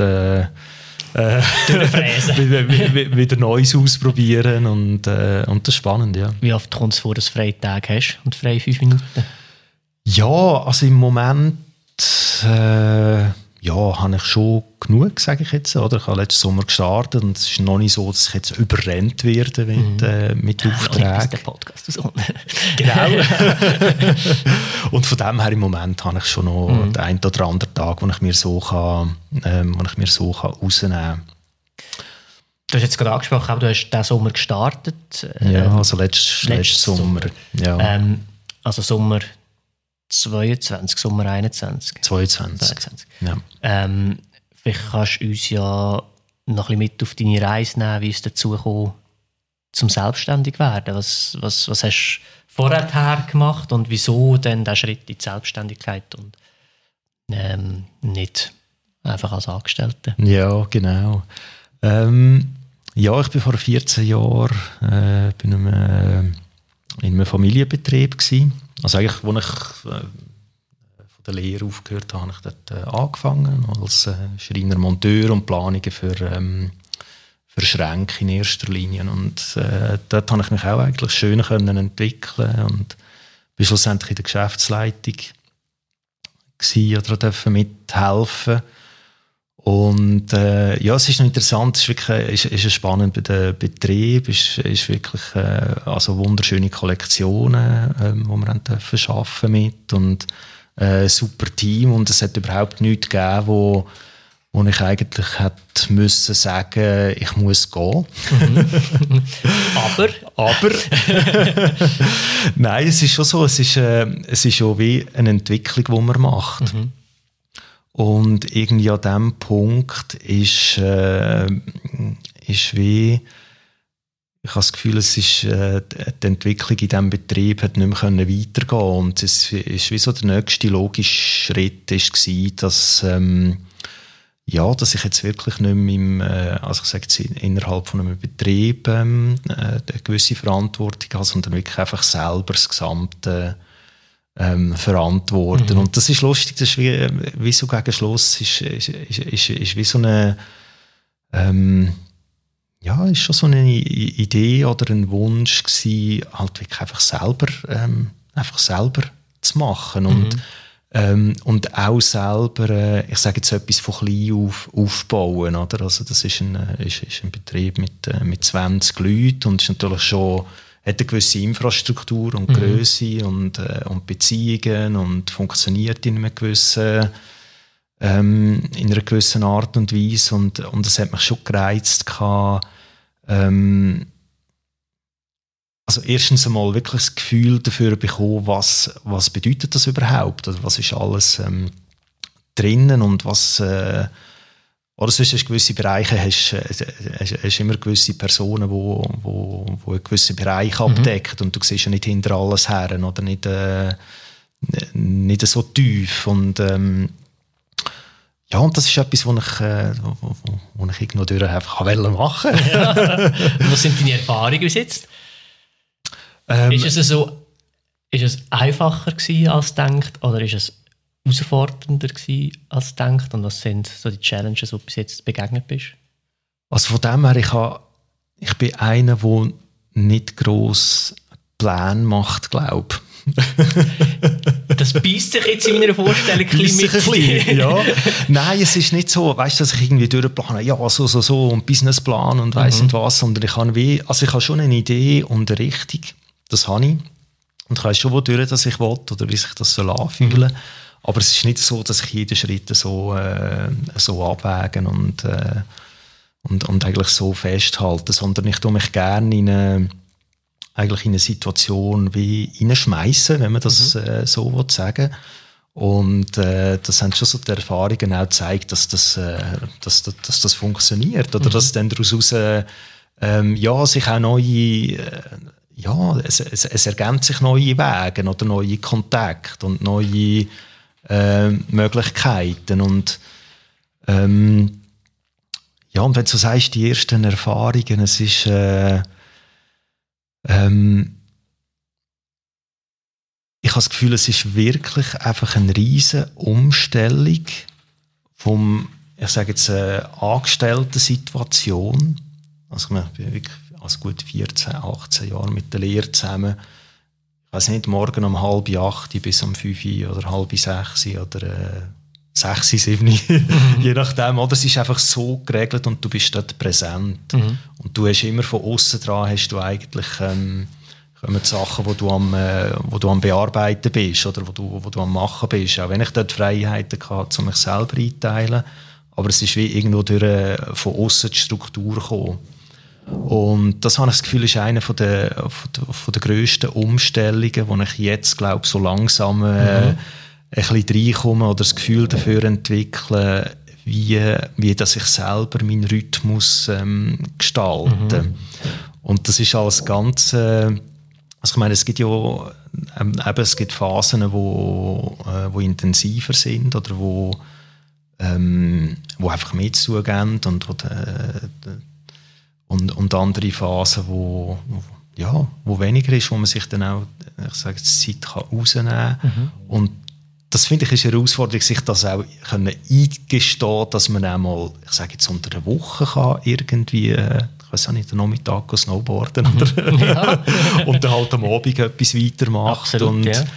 B: wieder Neues ausprobieren und das ist spannend, ja.
A: Wie oft kommt es vor, dass du freie Tage hast und freie 5 Minuten?
B: Ja, also im Moment habe ich schon genug, sage ich jetzt. Oder? Ich habe letzten Sommer gestartet und es ist noch nicht so, dass ich jetzt überrennt werde mit Aufträgen.
A: Der Podcast so.
B: Genau. Und von dem her im Moment habe ich schon noch den einen oder anderen Tag, wo ich mir so rausnehmen kann.
A: Du hast jetzt gerade angesprochen, aber du hast diesen Sommer gestartet.
B: Ja, also letzten Sommer. Ja.
A: Also Sommer 22, Sommer 21.
B: 22. Ja.
A: Vielleicht kannst du uns ja noch ein bisschen mit auf deine Reise nehmen, wie es dazu kam, zum selbstständig werden. Was hast du vorher gemacht und wieso dann der Schritt in die Selbstständigkeit und nicht einfach als Angestellter?
B: Ja, genau. Ich bin vor 14 Jahren in einem Familienbetrieb gewesen. Also eigentlich, als ich von der Lehre aufgehört habe, habe ich dort angefangen als Schreiner, Monteur und Planungen für Schränke in erster Linie. Und dort habe ich mich auch eigentlich schön entwickeln und bin schlussendlich in der Geschäftsleitung gewesen, oder durfte mithelfen. Und es ist noch interessant, es ist wirklich ist ein spannender Betrieb, ist wirklich also wunderschöne Kollektionen, wo wir dürfen arbeiten mit und super Team, und es hat überhaupt nichts gegeben, wo ich eigentlich hätte müssen sagen, ich muss gehen. Aber nein, es ist schon so, es ist schon wie eine Entwicklung, die man macht. Und irgendwie an diesem Punkt ist wie ich habe das Gefühl, es ist, die Entwicklung in diesem Betrieb hat nicht mehr weitergehen, und es ist wie so der nächste logische Schritt war, dass dass ich jetzt wirklich nicht mehr also ich sage jetzt innerhalb von einem Betrieb eine gewisse Verantwortung habe, sondern wirklich einfach selber das Gesamte verantworten. Und das ist lustig, das ist wie so gegen Schluss, ist wie so eine ist schon so eine Idee oder ein Wunsch gewesen, halt wirklich einfach selber zu machen und auch selber, ich sage jetzt etwas von klein aufbauen, oder? Also das ist ein Betrieb mit 20 Leuten und ist natürlich schon, hat eine gewisse Infrastruktur und Grösse und Beziehungen und funktioniert in einer gewissen Art und Weise, und es hat mich schon gereizt gehabt, also erstens einmal wirklich das Gefühl dafür bekommen, was bedeutet das überhaupt, also was ist alles drinnen, und was oder sonst hast du gewisse Bereiche, hast immer gewisse Personen, wo einen gewissen Bereich abdecken, und du siehst ja nicht hinter alles her oder nicht so tief, und und das ist etwas, was ich irgendwo durch einfach machen wollte.
A: Ja. Was sind deine Erfahrungen bis jetzt? Ist es einfacher gewesen als gedacht, oder ist es herausfordernder gewesen als gedacht? Und was sind so die Challenges, die du bis jetzt begegnet bist?
B: Also von dem her, ich bin einer, der nicht gross Pläne macht, glaube ich.
A: Das beißt sich jetzt in meiner Vorstellung ein bisschen.
B: Ja. Nein, es ist nicht so, weißt, dass ich irgendwie durchplane, so und Businessplan und weiss nicht was, sondern ich habe schon eine Idee und eine Richtung, das habe ich. Und ich weiss schon, wo durch dass ich will oder wie sich das soll anfühlen. Aber es ist nicht so, dass ich jeden Schritt so abwägen und eigentlich so festhalten, sondern ich tue mich gerne in eine Situation wie reinschmeissen, wenn man das so sagen will. Und das haben schon so die Erfahrungen auch gezeigt, dass das funktioniert. Oder dass dann daraus sich auch neue, es ergeben sich neue Wege oder neue Kontakte und neue Möglichkeiten. Und und wenn du so sagst, die ersten Erfahrungen, es ist ich habe das Gefühl, es ist wirklich einfach eine riesige Umstellung vom, ich sage jetzt, Angestellten-Situation. Also ich bin wirklich gut 14, 18 Jahre mit der Lehre zusammen. Ich weiß nicht, morgen um 7:30 bis um 5 oder 5:30 oder 6, 7, je nachdem. Oder es ist einfach so geregelt und du bist dort präsent. Und du hast immer von außen dran, hast du eigentlich kommen die Sachen, wo du am Bearbeiten bist oder wo du am Machen bist. Auch wenn ich dort Freiheiten hatte, um mich selber einteilen. Aber es ist wie irgendwo von außen die Struktur gekommen. Und das habe ich das Gefühl, ist eine von der grössten Umstellungen, die ich jetzt, glaube so langsam ein bisschen reinkomme oder das Gefühl dafür entwickeln, wie dass ich selber meinen Rhythmus gestalte. Und das ist alles ganz also ich meine, es gibt ja es gibt Phasen, wo intensiver sind oder wo einfach mehr zugehen und andere Phasen, wo weniger ist, wo man sich dann auch, ich sage jetzt, Zeit rausnehmen kann. Und das finde ich ist eine Herausforderung, sich das auch eingestehen, dass man auch mal, ich sage jetzt, unter einer Woche kann irgendwie, ich weiß auch nicht, den Nachmittag snowboarden oder und dann halt am Abend etwas weitermacht.
A: Absolut,
B: und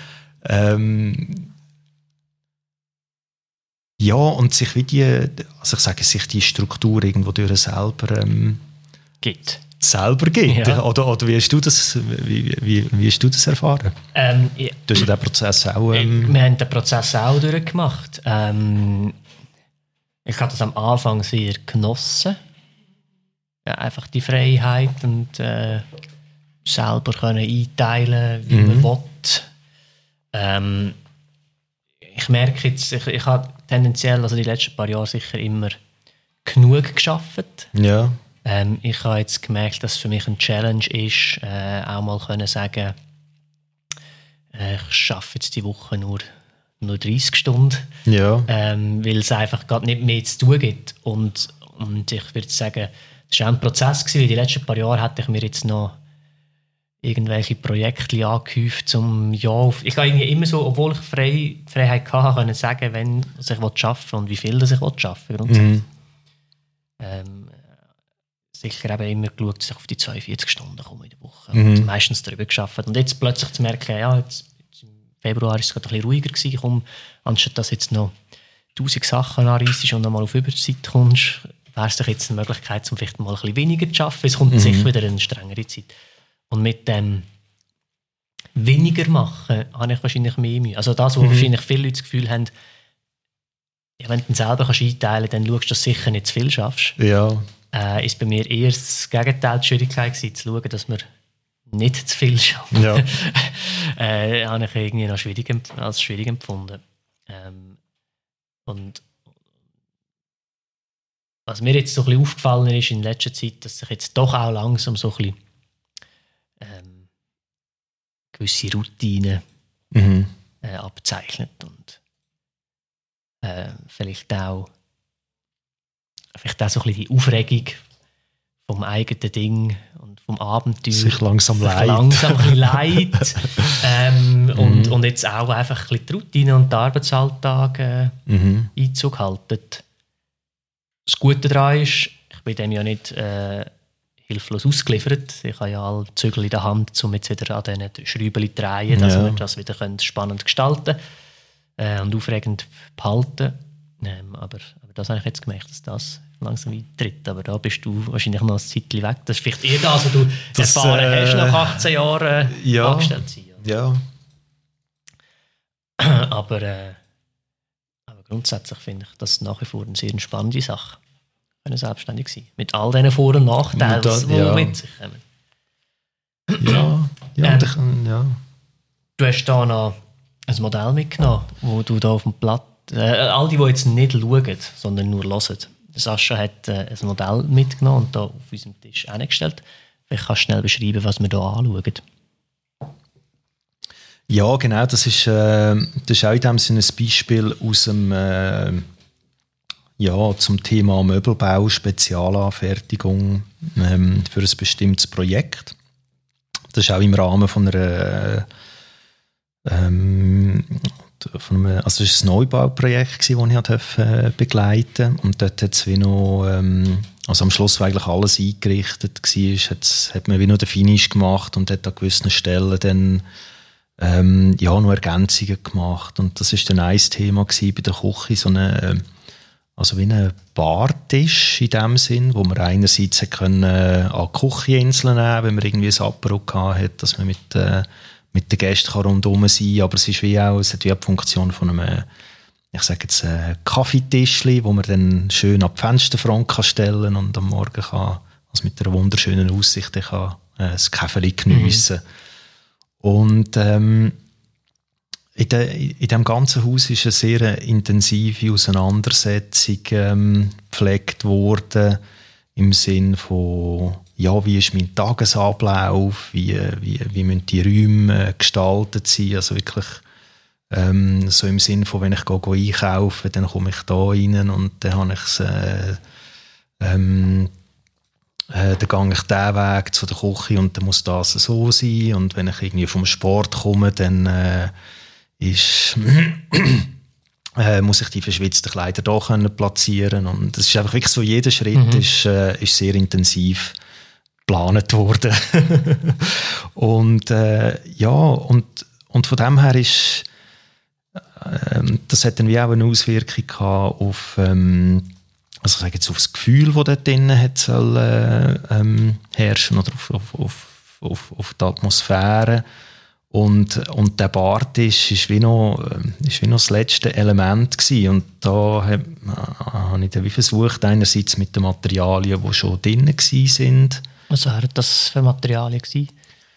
B: und sich wie sich die Struktur irgendwo durch selber
A: gibt.
B: Ja. Oder wie hast du das, wie hast du das erfahren? Du hast den Prozess auch...
A: Wir haben den Prozess auch durchgemacht. Ich habe das am Anfang sehr genossen. Ja, einfach die Freiheit und selber können einteilen, wie man will. Ich merke jetzt, ich habe tendenziell, also die letzten paar Jahre sicher immer genug gearbeitet.
B: Ja.
A: Ich habe jetzt gemerkt, dass für mich eine Challenge ist, auch mal können sagen, ich schaffe jetzt die Woche nur 30 Stunden, weil es einfach gerade nicht mehr zu tun gibt. Und ich würde sagen, das war auch ein Prozess gewesen, weil die letzten paar Jahre hatte ich mir jetzt noch irgendwelche Projekte angehäuft, ich habe irgendwie immer so, obwohl ich Freiheit hatte, können sagen, wenn ich arbeiten will und wie viel ich arbeiten will. Sicher eben immer geschaut, dass ich auf die 42 Stunden komme in der Woche. Und meistens darüber gearbeitet. Und jetzt plötzlich zu merken, jetzt im Februar war es gerade ein bisschen ruhiger gewesen, anstatt dass jetzt noch 1000 Sachen anreissest und nochmal auf Überzeit kommst, wäre es doch jetzt eine Möglichkeit, um vielleicht mal ein bisschen weniger zu arbeiten. Es kommt sicher wieder eine strengere Zeit. Und mit dem weniger machen habe ich wahrscheinlich mehr Mühe. Also das, wo wahrscheinlich viele Leute das Gefühl haben, ja, wenn du selber einteilen kannst, dann schaust du, dass du sicher nicht zu viel schaffst.
B: Ja.
A: Ist bei mir eher das Gegenteil die Schwierigkeit gewesen, zu schauen, dass wir nicht zu viel schaffen.
B: Ja.
A: Habe ich irgendwie noch als schwierig empfunden. Und was mir jetzt so ein bisschen aufgefallen ist in letzter Zeit, dass sich jetzt doch auch langsam so ein bisschen gewisse Routinen abzeichnet und vielleicht auch so ein bisschen die Aufregung vom eigenen Ding und vom Abenteuer
B: sich langsam
A: ein bisschen leid. Und jetzt auch einfach ein bisschen die Routine und den Arbeitsalltag Einzug halten. Das Gute daran ist, ich bin dem ja nicht hilflos ausgeliefert. Ich habe ja alle Zügel in der Hand, um jetzt wieder an diesen Schrauben zu drehen, dass wir das wieder spannend gestalten und aufregend behalten. Aber das habe ich jetzt gemerkt, dass das langsam eintritt. Aber da bist du wahrscheinlich noch ein Zeitchen weg. Das ist vielleicht eher das, was du erfahren hast nach 18 Jahren angestellt sein.
B: Ja.
A: Aber grundsätzlich finde ich das nach wie vor eine sehr spannende Sache. Selbstständig sein. Mit all diesen Vor- und Nachteilen, die mit sich kommen. Ja. Du hast da noch ein Modell mitgenommen, wo du da auf dem Blatt, all die jetzt nicht schauen, sondern nur hören. Sascha hat ein Modell mitgenommen und da auf unserem Tisch hingestellt. Ich kann schnell beschreiben, was wir hier anschauen.
B: Ja, genau, das ist auch in dem Sinne ein Beispiel aus dem zum Thema Möbelbau, Spezialanfertigung für ein bestimmtes Projekt. Das ist auch im Rahmen von einer also es war ein Neubauprojekt, das ich begleiten durfte. Und dort hat es wie noch, also am Schluss, wo eigentlich alles eingerichtet war, hat man wie noch den Finish gemacht und hat an gewissen Stellen dann noch Ergänzungen gemacht. Und das war dann ein Thema bei der Küche, so eine also wie ein Bartisch in dem Sinn, wo man einerseits an die Kücheninseln nehmen, wenn man irgendwie ein Apero hatte, dass man mit den Gästen rundherum sein kann. Aber es hat wie auch die Funktion von einem, ich sage jetzt, Kaffeetischli, wo man dann schön an die Fensterfront stellen kann und am Morgen kann, also mit einer wunderschönen Aussicht kann, ein Käferli geniessen. Und in diesem ganzen Haus ist eine sehr intensive Auseinandersetzung gepflegt worden, im Sinn von, wie ist mein Tagesablauf, wie müssen die Räume gestaltet sein, also wirklich so im Sinn von, wenn ich gehe einkaufen, dann komme ich da rein und dann habe ich dann gehe ich diesen Weg zu der Küche und dann muss das so sein und wenn ich irgendwie vom Sport komme, dann muss ich die verschwitzten Kleider da platzieren und es ist einfach wirklich so, jeder Schritt ist sehr intensiv geplant worden. und von dem her ist das hat dann wie auch eine Auswirkung gehabt auf also ich sage jetzt auf das Gefühl, das dort drinnen hat soll herrschen oder auf die Atmosphäre. Und der Bartisch ist wie noch das letzte Element gewesen. Und da habe ich dann wie versucht, einerseits mit den Materialien, die schon drin waren.
A: Was waren das für Materialien gewesen?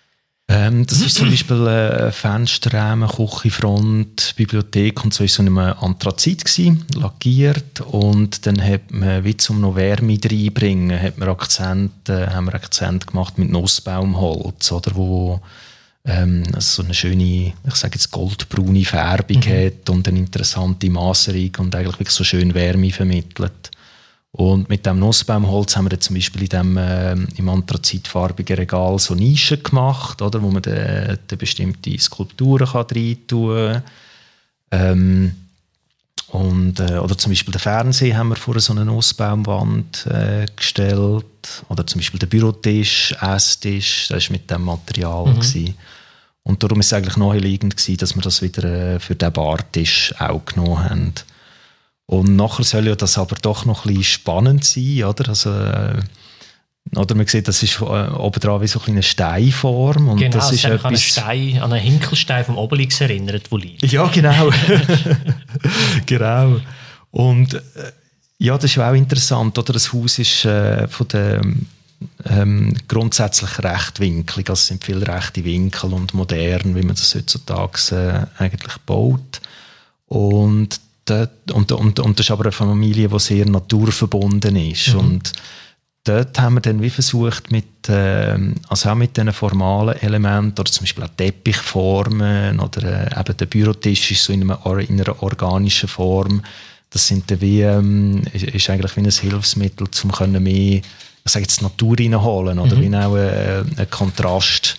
B: Das ist zum Beispiel Fensterrahmen, Küchenfront, Bibliothek und so ist so in einem Anthrazit gewesen, lackiert, und dann hat man, wie zum noch Wärme reinbringen, haben wir Akzent gemacht mit Nussbaumholz, oder, wo so eine schöne, ich sage jetzt goldbraune Färbung hat und eine interessante Maserung und eigentlich wirklich so schön Wärme vermittelt. Und mit dem Nussbaumholz haben wir zum Beispiel in dem, im anthrazitfarbigen Regal so Nischen gemacht, oder, wo man dann bestimmte Skulpturen rein tun kann. Oder zum Beispiel den Fernseher haben wir vor so eine Nussbaumwand gestellt. Oder zum Beispiel den Bürotisch, Esstisch, das war mit diesem Material gewesen. Und darum war es eigentlich naheliegend gewesen, dass wir das wieder für den Bartisch auch genommen haben. Und nachher soll ja das aber doch noch ein bisschen spannend sein, oder? Also, oder man sieht, das ist obendran wie so eine kleine Steinform. Und
A: genau,
B: das ist etwas
A: an einen Hinkelstein vom Obelix erinnert, wo liegt.
B: Ja, genau. Genau. Und ja, das ist auch interessant, oder? Das Haus ist von der grundsätzlich rechtwinklig. Also es sind viele rechte Winkel und modern, wie man das heutzutage eigentlich baut. Und das ist aber eine Familie, die sehr naturverbunden ist. Und dort haben wir dann wie versucht, also auch mit diesen formalen Elementen, oder zum Beispiel auch Teppichformen, oder eben der Bürotisch ist so in einer organischen Form. Das sind dann ist eigentlich wie ein Hilfsmittel, um mehr, ich sage jetzt, Natur reinholen, oder wie auch einen Kontrast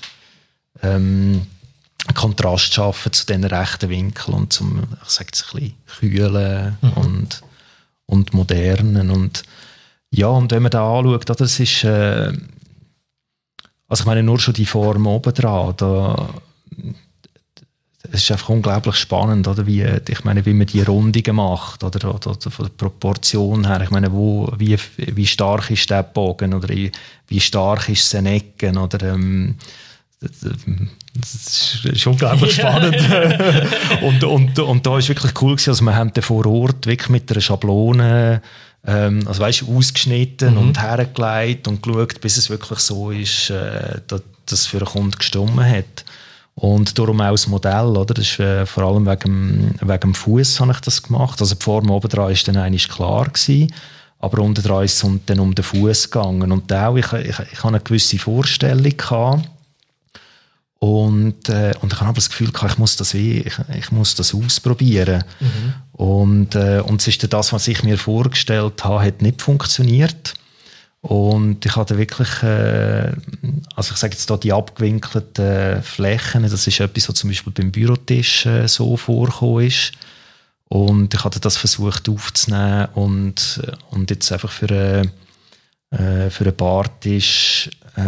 B: schaffen zu diesen rechten Winkeln und zum, ich sage jetzt, ein bisschen kühlen und modernen. Und ja, und wenn man da anschaut, das ist, also ich meine, nur schon die Form oben dran, es ist einfach unglaublich spannend, oder? Wie man die Rundungen macht, oder von der Proportion her. Ich meine, wie stark ist der Bogen, oder wie stark ist es eine Ecke, oder das ist unglaublich spannend. und da ist wirklich cool gewesen, also wir haben den vor Ort wirklich mit einer Schablone also weißt, ausgeschnitten und hergelegt und geschaut, bis es wirklich so ist, dass es für einen Kunden gestimmt hat. Und darum auch das Modell, oder? Das ist vor allem wegen dem Fuß habe ich das gemacht. Also die Form oben dran ist dann eigentlich klar gewesen, aber unten dran ist es dann um den Fuß gegangen. Und auch, ich habe eine gewisse Vorstellung gehabt. Und ich habe aber das Gefühl gehabt, ich muss das ausprobieren. Und es ist dann das, was ich mir vorgestellt habe, hat nicht funktioniert. Und ich hatte wirklich, also ich sage jetzt da, die abgewinkelten Flächen, das ist etwas, was zum Beispiel beim Bürotisch so vorgekommen ist. Und ich hatte das versucht aufzunehmen und jetzt einfach für einen Bartisch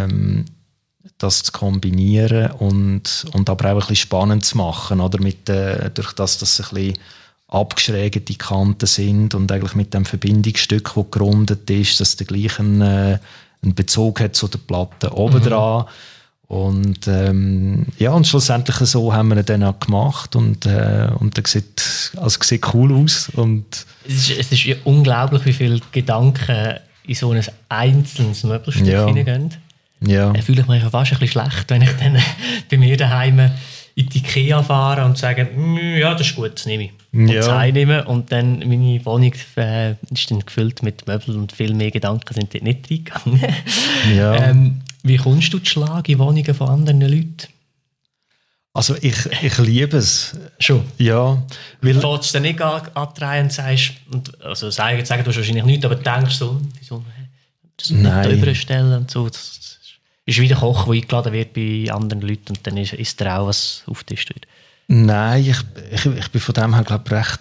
B: das zu kombinieren und aber auch ein bisschen spannend zu machen, oder? Durch das ein bisschen abgeschrägte Kanten sind und eigentlich mit dem Verbindungsstück, das gerundet ist, dass der gleich einen Bezug hat zu der Platte oben dran. Und ja, und schlussendlich so haben wir ihn dann auch gemacht und der sieht cool aus. Und
A: es ist ja unglaublich, wie viele Gedanken in so ein einzelnes Möbelstück hineingehen.
B: Ja.
A: Da fühle ich mich fast ein bisschen schlecht, wenn ich dann bei mir daheim in die Ikea fahre und sage, ja, das ist gut, das nehme ich. Und das heimnehme und dann meine Wohnung ist dann gefüllt mit Möbeln und viel mehr Gedanken sind dort nicht reingegangen.
B: Ja.
A: Wie kommst du zu Schlag in Wohnungen von anderen Leuten?
B: Also ich liebe es.
A: Schon?
B: Ja.
A: Weil du es dann nicht antreiben und sagst, also sagen du wahrscheinlich nichts, aber denkst so, wieso das nicht drüber stellen und so. Das ist wie der Koch, der eingeladen wird bei anderen Leuten und dann ist da auch was auf den Tisch wird.
B: Nein, ich bin von dem her, glaube ich, recht,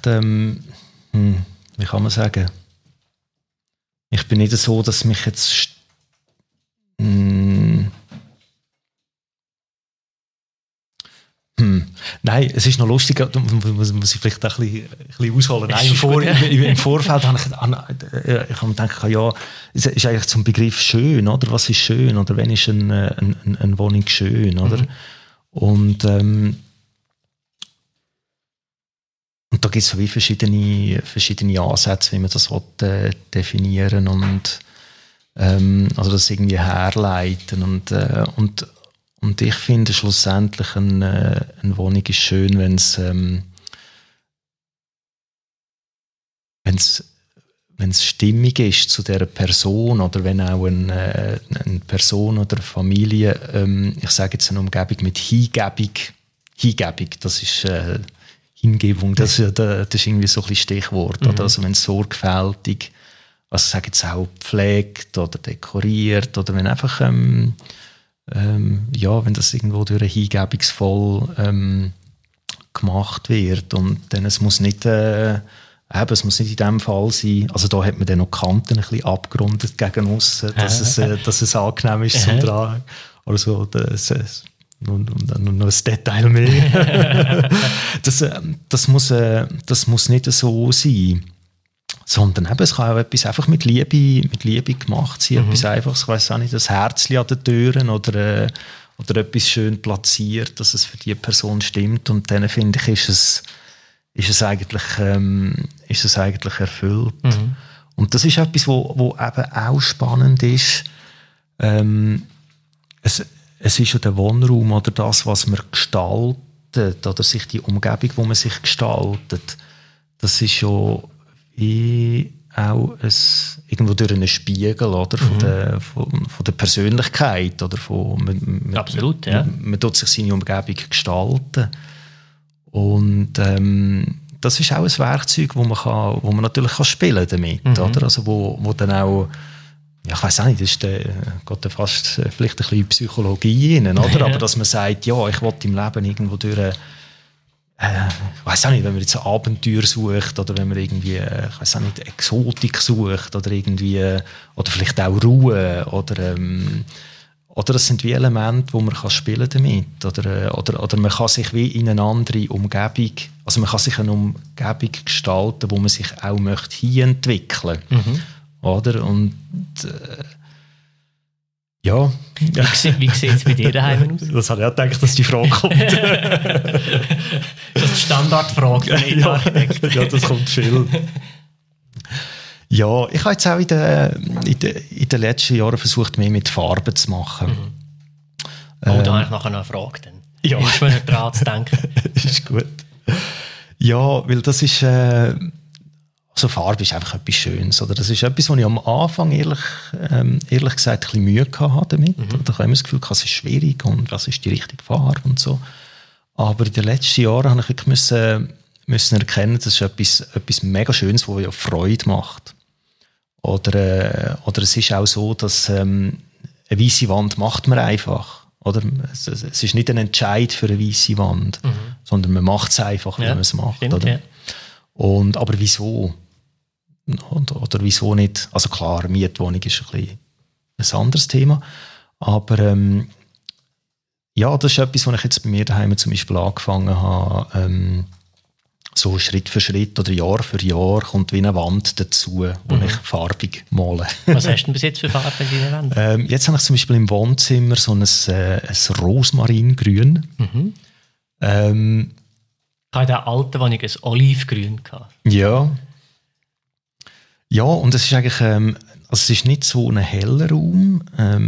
B: wie kann man sagen, ich bin nicht so, dass mich jetzt Nein, es ist noch lustig, muss ich vielleicht auch ein bisschen ausholen. Nein, im Vorfeld habe ich mir gedacht, ja, es ist eigentlich zum Begriff schön, oder? Was ist schön? Oder wenn ist eine Wohnung schön, oder? Und da gibt es wie verschiedene Ansätze, wie man das definieren und also das irgendwie herleiten und Und ich finde schlussendlich, eine Wohnung ist schön, wenn es stimmig ist zu dieser Person oder wenn auch eine Person oder eine Familie, ich sage jetzt eine Umgebung mit Hingebung, das ist Hingebung, das ist irgendwie so ein bisschen Stichwort. Oder? Also wenn es sorgfältig, also ich sage jetzt auch pflegt oder dekoriert oder wenn einfach wenn das irgendwo durch hingebungsvoll gemacht wird und dann es muss nicht es muss nicht in dem Fall sein, also da hat man dann noch die Kanten ein bisschen abgerundet gegen aussen, dass es angenehm ist zum Tragen. Also noch ein Detail mehr. das muss nicht so sein. Sondern eben, es kann auch etwas einfach mit Liebe gemacht sein, etwas Einfaches, ich weiss auch nicht, das Herzchen an den Türen oder etwas schön platziert, dass es für die Person stimmt und dann finde ich, ist es eigentlich erfüllt. Und das ist etwas, wo eben auch spannend ist. Es ist ja der Wohnraum oder das, was man gestaltet oder sich die Umgebung, wo man sich gestaltet, das ist ja auch irgendwo durch einen Spiegel oder von der Persönlichkeit oder
A: absolut, ja.
B: Man tut sich seine Umgebung gestalten. Und das ist auch ein Werkzeug, wo man natürlich spielen damit, oder? Also wo dann auch, ja, ich weiss auch nicht, das geht dann fast vielleicht ein bisschen in Psychologie rein, oder? Aber dass man sagt, ja, ich will im Leben irgendwo durch ich weiss auch nicht, wenn man jetzt ein Abenteuer sucht oder wenn man irgendwie, ich weiss auch nicht, Exotik sucht oder irgendwie, oder vielleicht auch Ruhe oder das sind wie Elemente, wo man spielen damit oder man kann sich wie in eine andere Umgebung, also man kann sich eine Umgebung gestalten, wo man sich auch möchte hinentwickeln, oder? Und ja.
A: Wie sieht es bei dir daheim aus?
B: Das habe ich auch gedacht, dass die Frage kommt.
A: Das ist die Standardfrage für jeden Architekten.
B: Ja, das kommt viel. Ja, ich habe jetzt auch in den letzten Jahren versucht, mehr mit Farben zu machen.
A: Da habe ich nachher noch eine Frage. Dann.
B: Ja.
A: Ich muss nicht dran zu denken.
B: Ist gut. Ja, weil das ist... Also Farbe ist einfach etwas Schönes. Oder? Das ist etwas, wo ich am Anfang ehrlich gesagt ein bisschen Mühe hatte damit. Da habe ich immer das Gefühl, es ist schwierig und was ist die richtige Farbe und so. Aber in den letzten Jahren habe ich wirklich müssen erkennen, das ist etwas mega Schönes, das ja Freude macht. Oder es ist auch so, dass eine weisse Wand macht man einfach. Oder? Es ist nicht ein Entscheid für eine weisse Wand, sondern man macht es einfach, wenn man es macht.
A: Stimmt,
B: oder?
A: Ja.
B: Aber wieso? Oder wieso nicht? Also klar, Mietwohnung ist ein anderes Thema. Aber ja, das ist etwas, was ich jetzt bei mir daheim zum Beispiel angefangen habe, so Schritt für Schritt oder Jahr für Jahr kommt wie eine Wand dazu, wo ich farbig male.
A: Was hast du denn bis jetzt für Farben in deinen Wänden?
B: Jetzt habe ich zum Beispiel im Wohnzimmer so ein Rosmaringrün.
A: Ich hatte in der alten Wohnung ein Olivgrün.
B: Ja. Ja, und es ist eigentlich, also es ist nicht so ein heller Raum,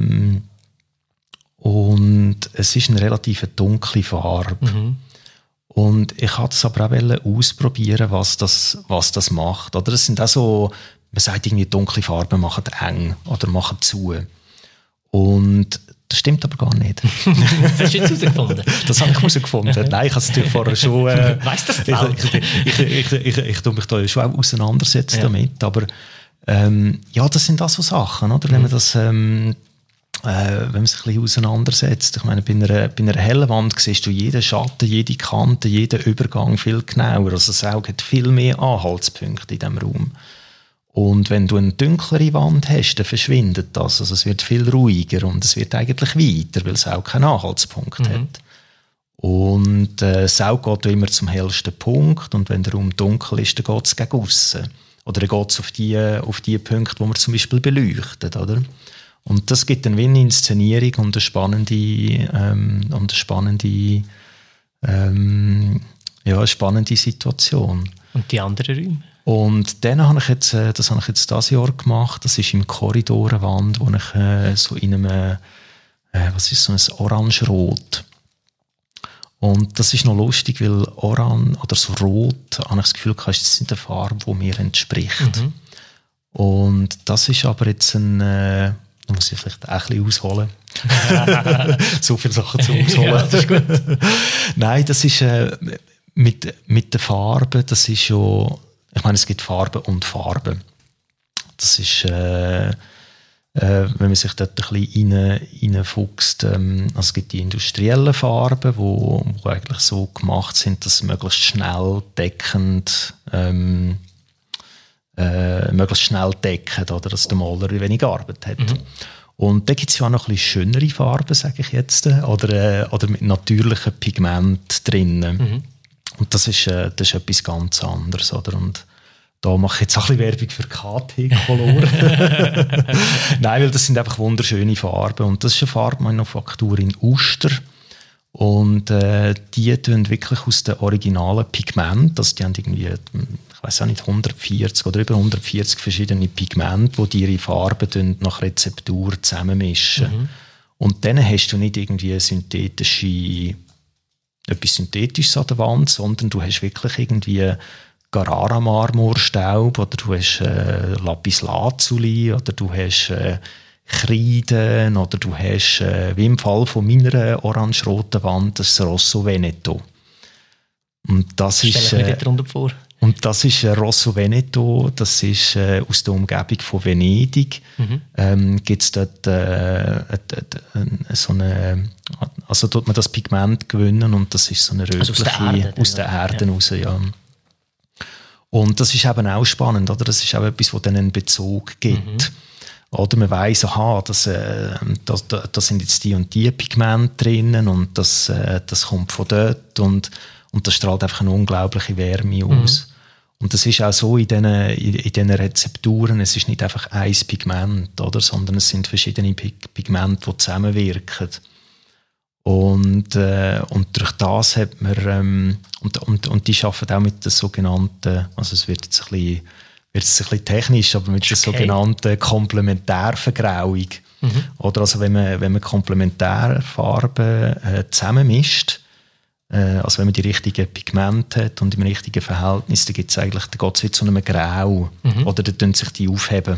B: und es ist eine relativ dunkle Farbe. Und ich wollte es aber auch ausprobieren, was das macht. Oder es sind auch so, man sagt irgendwie, dunkle Farben machen eng oder machen zu. Und das stimmt aber gar nicht.
A: Das hast du jetzt herausgefunden?
B: Das habe ich herausgefunden. Nein, ich habe es natürlich vorher schon...
A: Weißt du das?
B: Ich tue mich da schon auch auseinandersetzen damit. Aber ja, das sind auch so Sachen, oder? Wenn man das... wenn man sich ein bisschen auseinandersetzt. Ich meine, bei einer hellen Wand siehst du jeden Schatten, jede Kante, jeden Übergang viel genauer. Also das Auge hat viel mehr Anhaltspunkte in diesem Raum. Und wenn du eine dunklere Wand hast, dann verschwindet das. Also es wird viel ruhiger und es wird eigentlich weiter, weil es auch keinen Anhaltspunkt hat. Und das Auge geht immer zum hellsten Punkt und wenn der Raum dunkel ist, dann geht es gegen aussen. Oder dann geht es auf die Punkte, die man zum Beispiel beleuchtet, oder? Und das gibt dann wie eine Inszenierung und eine spannende Situation.
A: Und die anderen Räume?
B: Und das habe ich jetzt dieses Jahr gemacht. Das ist im Korridor eine Wand, wo ich so in einem was ist so ein Orange-Rot. Und das ist noch lustig, weil Orange oder so Rot, habe ich das Gefühl, das ist nicht eine Farbe, die mir entspricht. Mhm. Und das ist aber jetzt da muss ich vielleicht auch ein bisschen ausholen. So viele Sachen zu ausholen. Ja, das ist gut. Nein, das ist mit den Farben, das ist ja, ich meine, es gibt Farben und Farben. Das ist, wenn man sich dort ein bisschen reinfuchst, also es gibt die industriellen Farben, die eigentlich so gemacht sind, dass sie möglichst schnell deckend möglichst schnell decken, oder, dass der Maler wenig Arbeit hat. Mhm. Und da gibt es ja auch noch ein bisschen schönere Farben, sage ich jetzt, oder mit natürlichen Pigmenten drin. Mhm. Und das ist etwas ganz anderes. Oder? Und da mache ich jetzt auch ein bisschen Werbung für KT-Color. Nein, weil das sind einfach wunderschöne Farben. Und das ist eine Farbmanufaktur in Uster. Und die tun wirklich aus den originalen Pigmenten, also die haben irgendwie, ich weiß auch nicht, 140 oder über 140 verschiedene Pigmente, die ihre Farben nach Rezeptur zusammenmischen. Mhm. Und dann hast du nicht irgendwie etwas Synthetisches an der Wand, sondern du hast wirklich irgendwie Carrara-Marmorstaub oder du hast Lapislazuli oder du hast Kreide oder du hast, wie im Fall von meiner orange-roten Wand, das Rosso Veneto. Und das ist
A: vor.
B: Und das ist Rosso Veneto, das ist aus der Umgebung von Venedig. Mhm. Gibt es dort so eine, also tut man das Pigment gewinnen und das ist so eine rötliche, aus der Erde raus, ja. Und das ist eben auch spannend, oder? Das ist auch etwas, wo dann einen Bezug gibt. Mhm. Oder man weiss, aha, da sind jetzt die und die Pigmente drinnen und das kommt von dort und das strahlt einfach eine unglaubliche Wärme aus. Mhm. Und das ist auch so in diesen Rezepturen, es ist nicht einfach ein Pigment, oder? Sondern es sind verschiedene Pigmente, die zusammenwirken. Und durch das hat man, und die arbeiten auch mit der sogenannten, also es wird jetzt ein bisschen technisch, aber mit der sogenannten Komplementärvergrauung. Mhm. Oder also wenn man Komplementärfarben zusammenmischt, also wenn man die richtigen Pigmente hat und im richtigen Verhältnis, dann geht es wie zu einem Grau. Mhm. Oder dann sich die aufheben.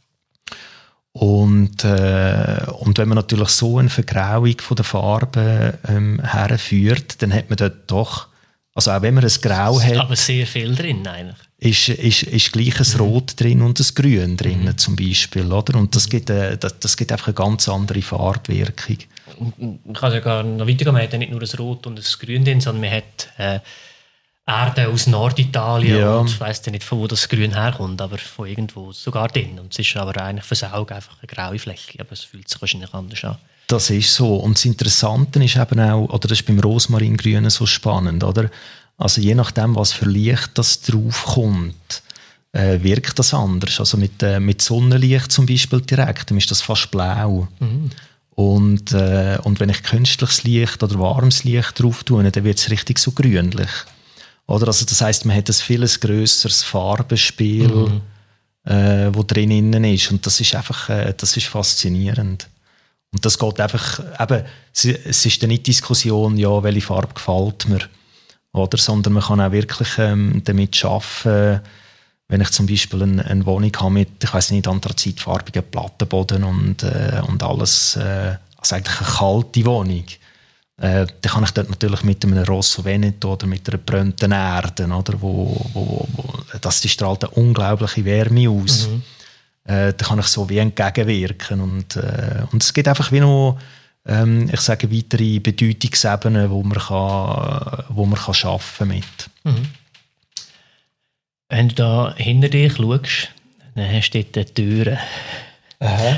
B: Und wenn man natürlich so eine Vergrauung von der Farbe herführt, dann hat man dort doch, also auch wenn man ein Grau hat,
A: aber sehr viel drin eigentlich.
B: Ist gleich ein Rot drin und ein Grün drin, zum Beispiel, oder? Und das gibt einfach eine ganz andere Farbwirkung.
A: Ich kann ja gar noch weitergehen, man hat ja nicht nur ein Rot und ein Grün drin, sondern man hat Erde aus Norditalien, ja. Und ich weiss nicht, von wo das Grün herkommt, aber von irgendwo sogar drin. Und es ist aber eigentlich fürs Auge einfach eine graue Fläche, aber es fühlt sich wahrscheinlich anders an.
B: Das ist so. Und das Interessante ist eben auch, oder das ist beim Rosmaringrünen so spannend, oder? Also je nachdem, was für Licht das drauf kommt, wirkt das anders. Also mit Sonnenlicht zum Beispiel direkt, dann ist das fast blau. Mhm. Und wenn ich künstliches Licht oder warmes Licht drauf tue, dann wird es richtig so grünlich. Oder? Also das heisst, man hat ein viel grösseres Farbenspiel, wo drin ist. Und das ist einfach das ist faszinierend. Und das geht einfach, eben, es ist dann nicht Diskussion, ja, welche Farbe gefällt mir. Oder? Sondern man kann auch wirklich damit arbeiten, wenn ich zum Beispiel eine Wohnung habe mit, ich weiss nicht, anthrazitfarbigen Plattenboden und alles, also eigentlich eine kalte Wohnung, dann kann ich dort natürlich mit einem Rosso Veneto oder mit einer brennenden Erde, oder, die strahlt eine unglaubliche Wärme aus. Mhm. Da kann ich so wie entgegenwirken. Und es gibt einfach wie noch, ich sage, weitere Bedeutungsebenen, wo man arbeiten mit.
A: Mhm. Wenn du da hinter dich schaust, dann hast du dort Türen. Aha.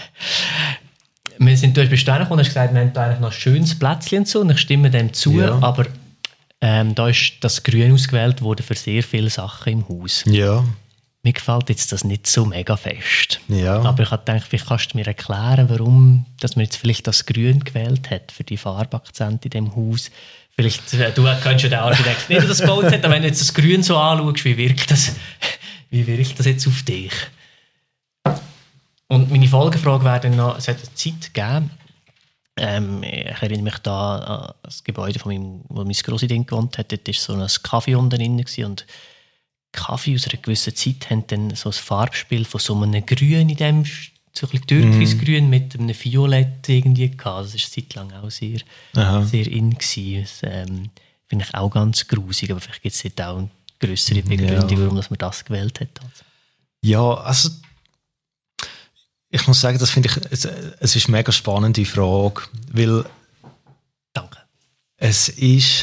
A: Du bist da und hast gesagt, wir haben da eigentlich noch ein schönes Plätzchen und so, und ich stimme dem zu, ja. Aber da ist das Grün ausgewählt worden für sehr viele Sachen im Haus. Ja. Mir gefällt jetzt das nicht so mega fest. Ja. Aber ich habe gedacht, vielleicht kannst du mir erklären, warum dass man jetzt vielleicht das Grün gewählt hat für die Farbakzente in diesem Haus. Vielleicht, du kennst ja den Architekt nicht, der das gebaut hat, aber wenn du jetzt das Grün so anschaust, wie wirkt das jetzt auf dich? Und meine Folgefrage wäre dann noch, es hat eine Zeit gegeben, Ich erinnere mich da an das Gebäude, wo meine Grossidin gewohnt hat. Dort war so ein Kaffee unten drin und Kaffee aus einer gewissen Zeit haben dann so ein Farbspiel von so einem Grün in dem, so ein bisschen Türkisgrün mit einem Violett irgendwie gehabt. Das war eine Zeit lang auch sehr in gewesen. Das finde ich auch ganz grusig, aber vielleicht gibt es dort auch eine grössere Begründung, warum man das gewählt hat. Also.
B: Ja, also ich muss sagen, das finde ich, es ist eine mega spannende Frage, weil
A: Danke.
B: Es ist,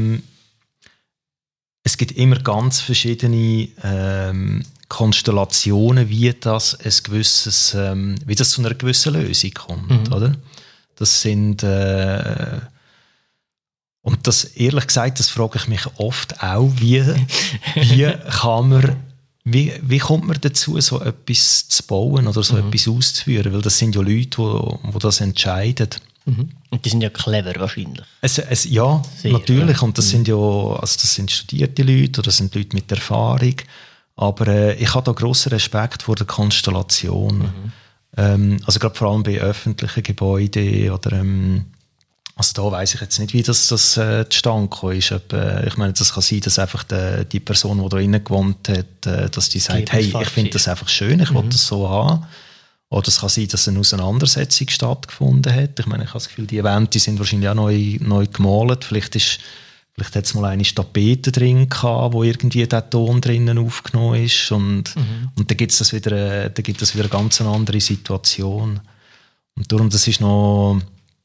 B: es gibt immer ganz verschiedene Konstellationen, wie das zu einer gewissen Lösung kommt, oder? Das sind und das, ehrlich gesagt, das frage ich mich oft auch, wie kommt man dazu, so etwas zu bauen oder so etwas auszuführen? Weil das sind ja Leute, die das entscheiden.
A: Und die sind ja clever wahrscheinlich.
B: Ja, sehr, natürlich. Und das sind ja, also das sind studierte Leute oder das sind Leute mit Erfahrung. Aber ich habe da grossen Respekt vor der Konstellation. Also gerade vor allem bei öffentlichen Gebäuden oder also da weiss ich jetzt nicht, wie das zustande gekommen ist. Ich meine, das kann sein, dass einfach die Person, die da drinnen gewohnt hat, dass die sagt, hey, ich finde das einfach schön, ich will das so haben. Oder es kann sein, dass eine Auseinandersetzung stattgefunden hat. Ich meine, ich habe das Gefühl, die Wände sind wahrscheinlich auch neu gemalt. Vielleicht hat es mal eine Tapete drin gehabt, wo irgendwie der Ton drinnen aufgenommen ist. Und dann gibt es wieder eine ganz andere Situation. Und darum, das ist noch...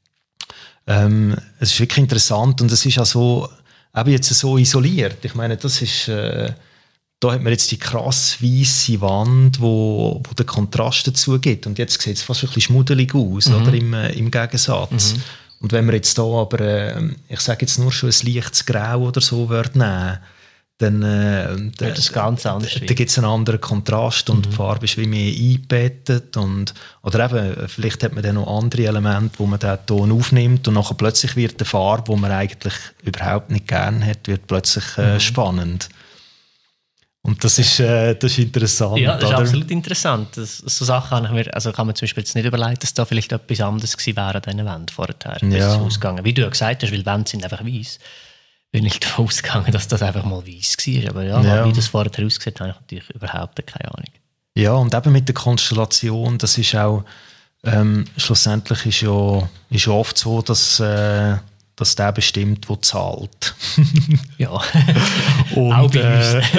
B: es ist wirklich interessant und es ist auch so, eben jetzt so isoliert. Ich meine, das ist, da hat man jetzt die krass weisse Wand, wo der Kontrast dazu gibt. Und jetzt sieht es fast ein bisschen schmuddelig aus, oder? Im Gegensatz. Und wenn wir jetzt da aber, ich sage jetzt nur schon ein leichtes Grau oder so nehmen, dann
A: das ganz anders.
B: Da gibt es einen anderen Kontrast und die Farbe ist wie mehr eingebettet. Oder eben, vielleicht hat man dann noch andere Elemente, wo man den Ton aufnimmt und nachher plötzlich wird die Farbe, die man eigentlich überhaupt nicht gerne hat, wird plötzlich spannend. Und das ist interessant.
A: Ja, das ist
B: oder?
A: absolut interessant. So Sachen kann man zum Beispiel jetzt nicht überlegen, dass da vielleicht etwas anderes gewesen wäre an diesen Wänden vorher.
B: Ja.
A: Ausgegangen. Wie du ja gesagt hast, weil die Wände sind einfach weiss. Bin ich davon ausgegangen, dass das einfach mal weiss war. Aber ja, wie das vorher ausgesehen habe ich natürlich überhaupt keine Ahnung.
B: Ja, und eben mit der Konstellation, das ist auch, schlussendlich ist ja oft so, dass der bestimmt, der zahlt.
A: Ja,
B: und,
A: auch bei uns.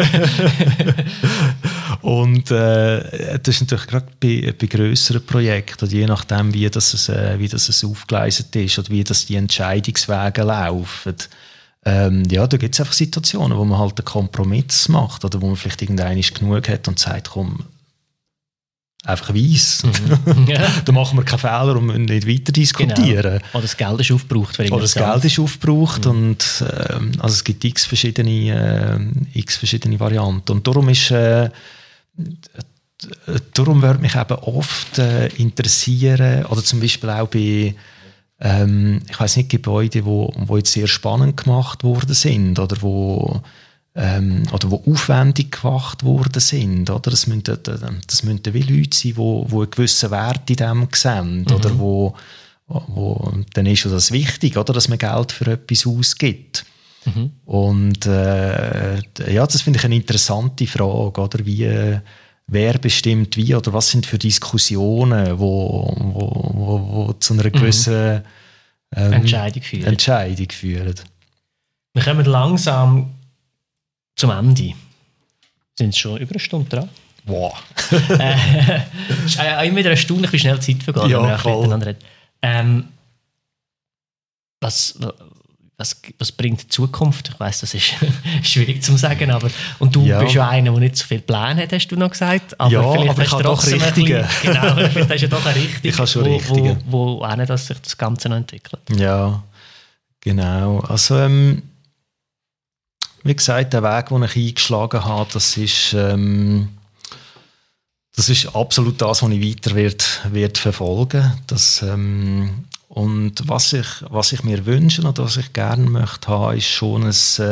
B: Und das ist natürlich gerade bei grösseren Projekten, je nachdem, wie das aufgeleistet ist oder wie das die Entscheidungswege laufen. Da gibt es einfach Situationen, wo man halt einen Kompromiss macht oder wo man vielleicht irgendeiner genug hat und sagt, komm, einfach weiss. Ja. Da machen wir keinen Fehler und müssen nicht weiter diskutieren.
A: Genau. Oder das Geld ist aufgebraucht.
B: Und also es gibt x verschiedene Varianten. Und darum würde mich eben oft interessieren, oder zum Beispiel auch bei ich weiss nicht, Gebäude, wo jetzt sehr spannend gemacht worden sind oder wo aufwendig gemacht worden sind. Oder? Das müssen wie Leute sein, die einen gewissen Wert in dem sehen. Oder wo dann ist ja das wichtig, oder? Dass man Geld für etwas ausgibt. Und das finde ich eine interessante Frage. Oder? Wer bestimmt wie oder was sind für Diskussionen, wo zu einer gewissen Entscheidung führen.
A: Wir kommen langsam zum Ende. Sind schon über eine Stunde dran?
B: Wow.
A: Es ist immer wieder erstaunlich, wie schnell die Zeit vergeht, wenn man miteinander redet. Was bringt die Zukunft? Ich weiss, das ist schwierig zu sagen, aber und du bist ja einer, der nicht so viel Pläne hat, hast du noch gesagt. Aber vielleicht
B: aber ich habe doch richtige.
A: Genau, vielleicht hast du ja doch eine Richtung,
B: ich habe schon richtige.
A: Wo auch nicht, dass sich das Ganze noch entwickelt.
B: Ja, genau. Also wie gesagt, der Weg, den ich eingeschlagen habe, das ist absolut das, was ich weiter wird verfolgen. Und was ich mir wünsche und was ich gerne möchte haben, ist schon also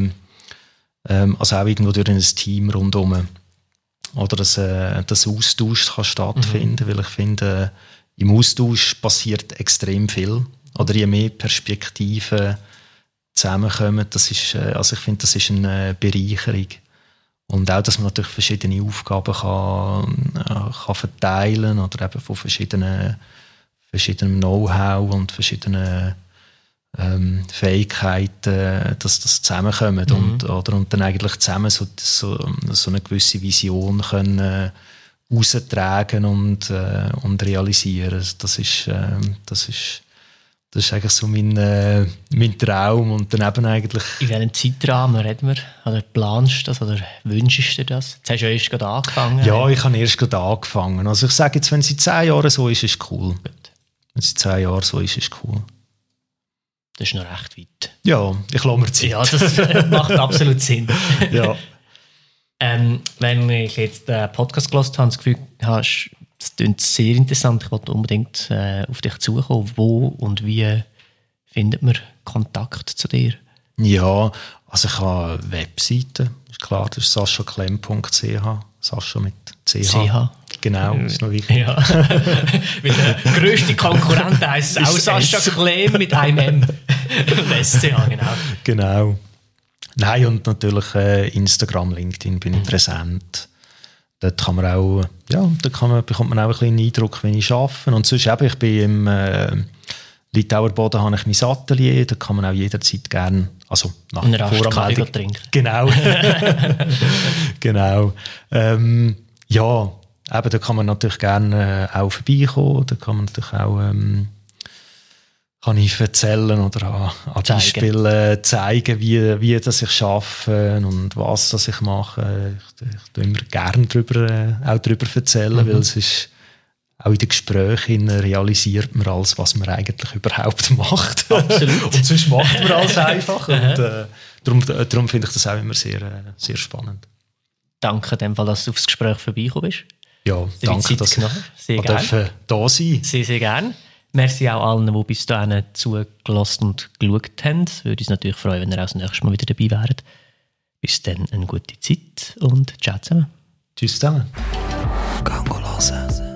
B: auch irgendwo durch ein Team rundherum. Oder dass Austausch kann stattfinden, weil ich finde, im Austausch passiert extrem viel. Oder je mehr Perspektiven zusammenkommen, das ist, also ich finde, das ist eine Bereicherung. Und auch, dass man natürlich verschiedene Aufgaben kann verteilen oder eben von verschiedenem Know-how und verschiedenen Fähigkeiten, dass das zusammenkommt und dann eigentlich zusammen so eine gewisse Vision können raustragen und realisieren. Das ist eigentlich so mein Traum. Und dann eben eigentlich...
A: In welchem Zeitrahmen reden wir? Oder planst du das? Oder wünschst du dir das? Jetzt hast du ja erst gerade angefangen.
B: Ja, ich habe erst gerade angefangen. Also ich sage jetzt, wenn es in 10 Jahren so ist, ist es cool. Gut. Wenn es in 10 Jahren so ist, ist es cool.
A: Das ist noch recht weit.
B: Ja, ich lasse mir Zeit.
A: Ja, das macht absolut Sinn.
B: Ja.
A: Wenn ich jetzt den Podcast gehört habe, das Gefühl hast, das klingt sehr interessant, ich wollte unbedingt auf dich zukommen. Wo und wie findet man Kontakt zu dir?
B: Ja, also ich habe eine Webseite, ist klar, das ist saschaklemm.ch. Sascha mit CH. Genau, ist noch wichtig. Ja.
A: Weil der grösste Konkurrent heisst auch Sascha Klemm mit einem M. Und SCH, genau.
B: Genau. Nein, und natürlich Instagram, LinkedIn bin ich präsent. Dort kann man auch, ja, bekommt man auch ein bisschen einen Eindruck, wenn ich arbeite. Und sonst eben, ich bin im Litauer Boden habe ich mein Atelier, da kann man auch jederzeit gerne, also nach
A: Voranmeldung trinken.
B: Genau. Genau. Ja, eben, da kann man natürlich gerne auch vorbeikommen, da kann man natürlich auch kann ich erzählen oder an Beispielen zeigen, wie das ich arbeite und was das ich mache. Ich tue immer gerne darüber erzählen, weil es ist auch in den Gesprächen realisiert man alles, was man eigentlich überhaupt macht.
A: Absolut.
B: Und sonst macht man alles einfach. Und darum finde ich das auch immer sehr, sehr spannend.
A: Danke in dem Fall, dass du aufs Gespräch vorbeigekommen bist.
B: Ja, danke, dass wir da sein.
A: Sehr, sehr gerne. Merci auch allen, die bis dahin zugelassen und geschaut haben. Es würde uns natürlich freuen, wenn ihr auch das nächste Mal wieder dabei wäret. Bis dann eine gute Zeit und ciao zusammen.
B: Tschüss zusammen.
C: Gang hören.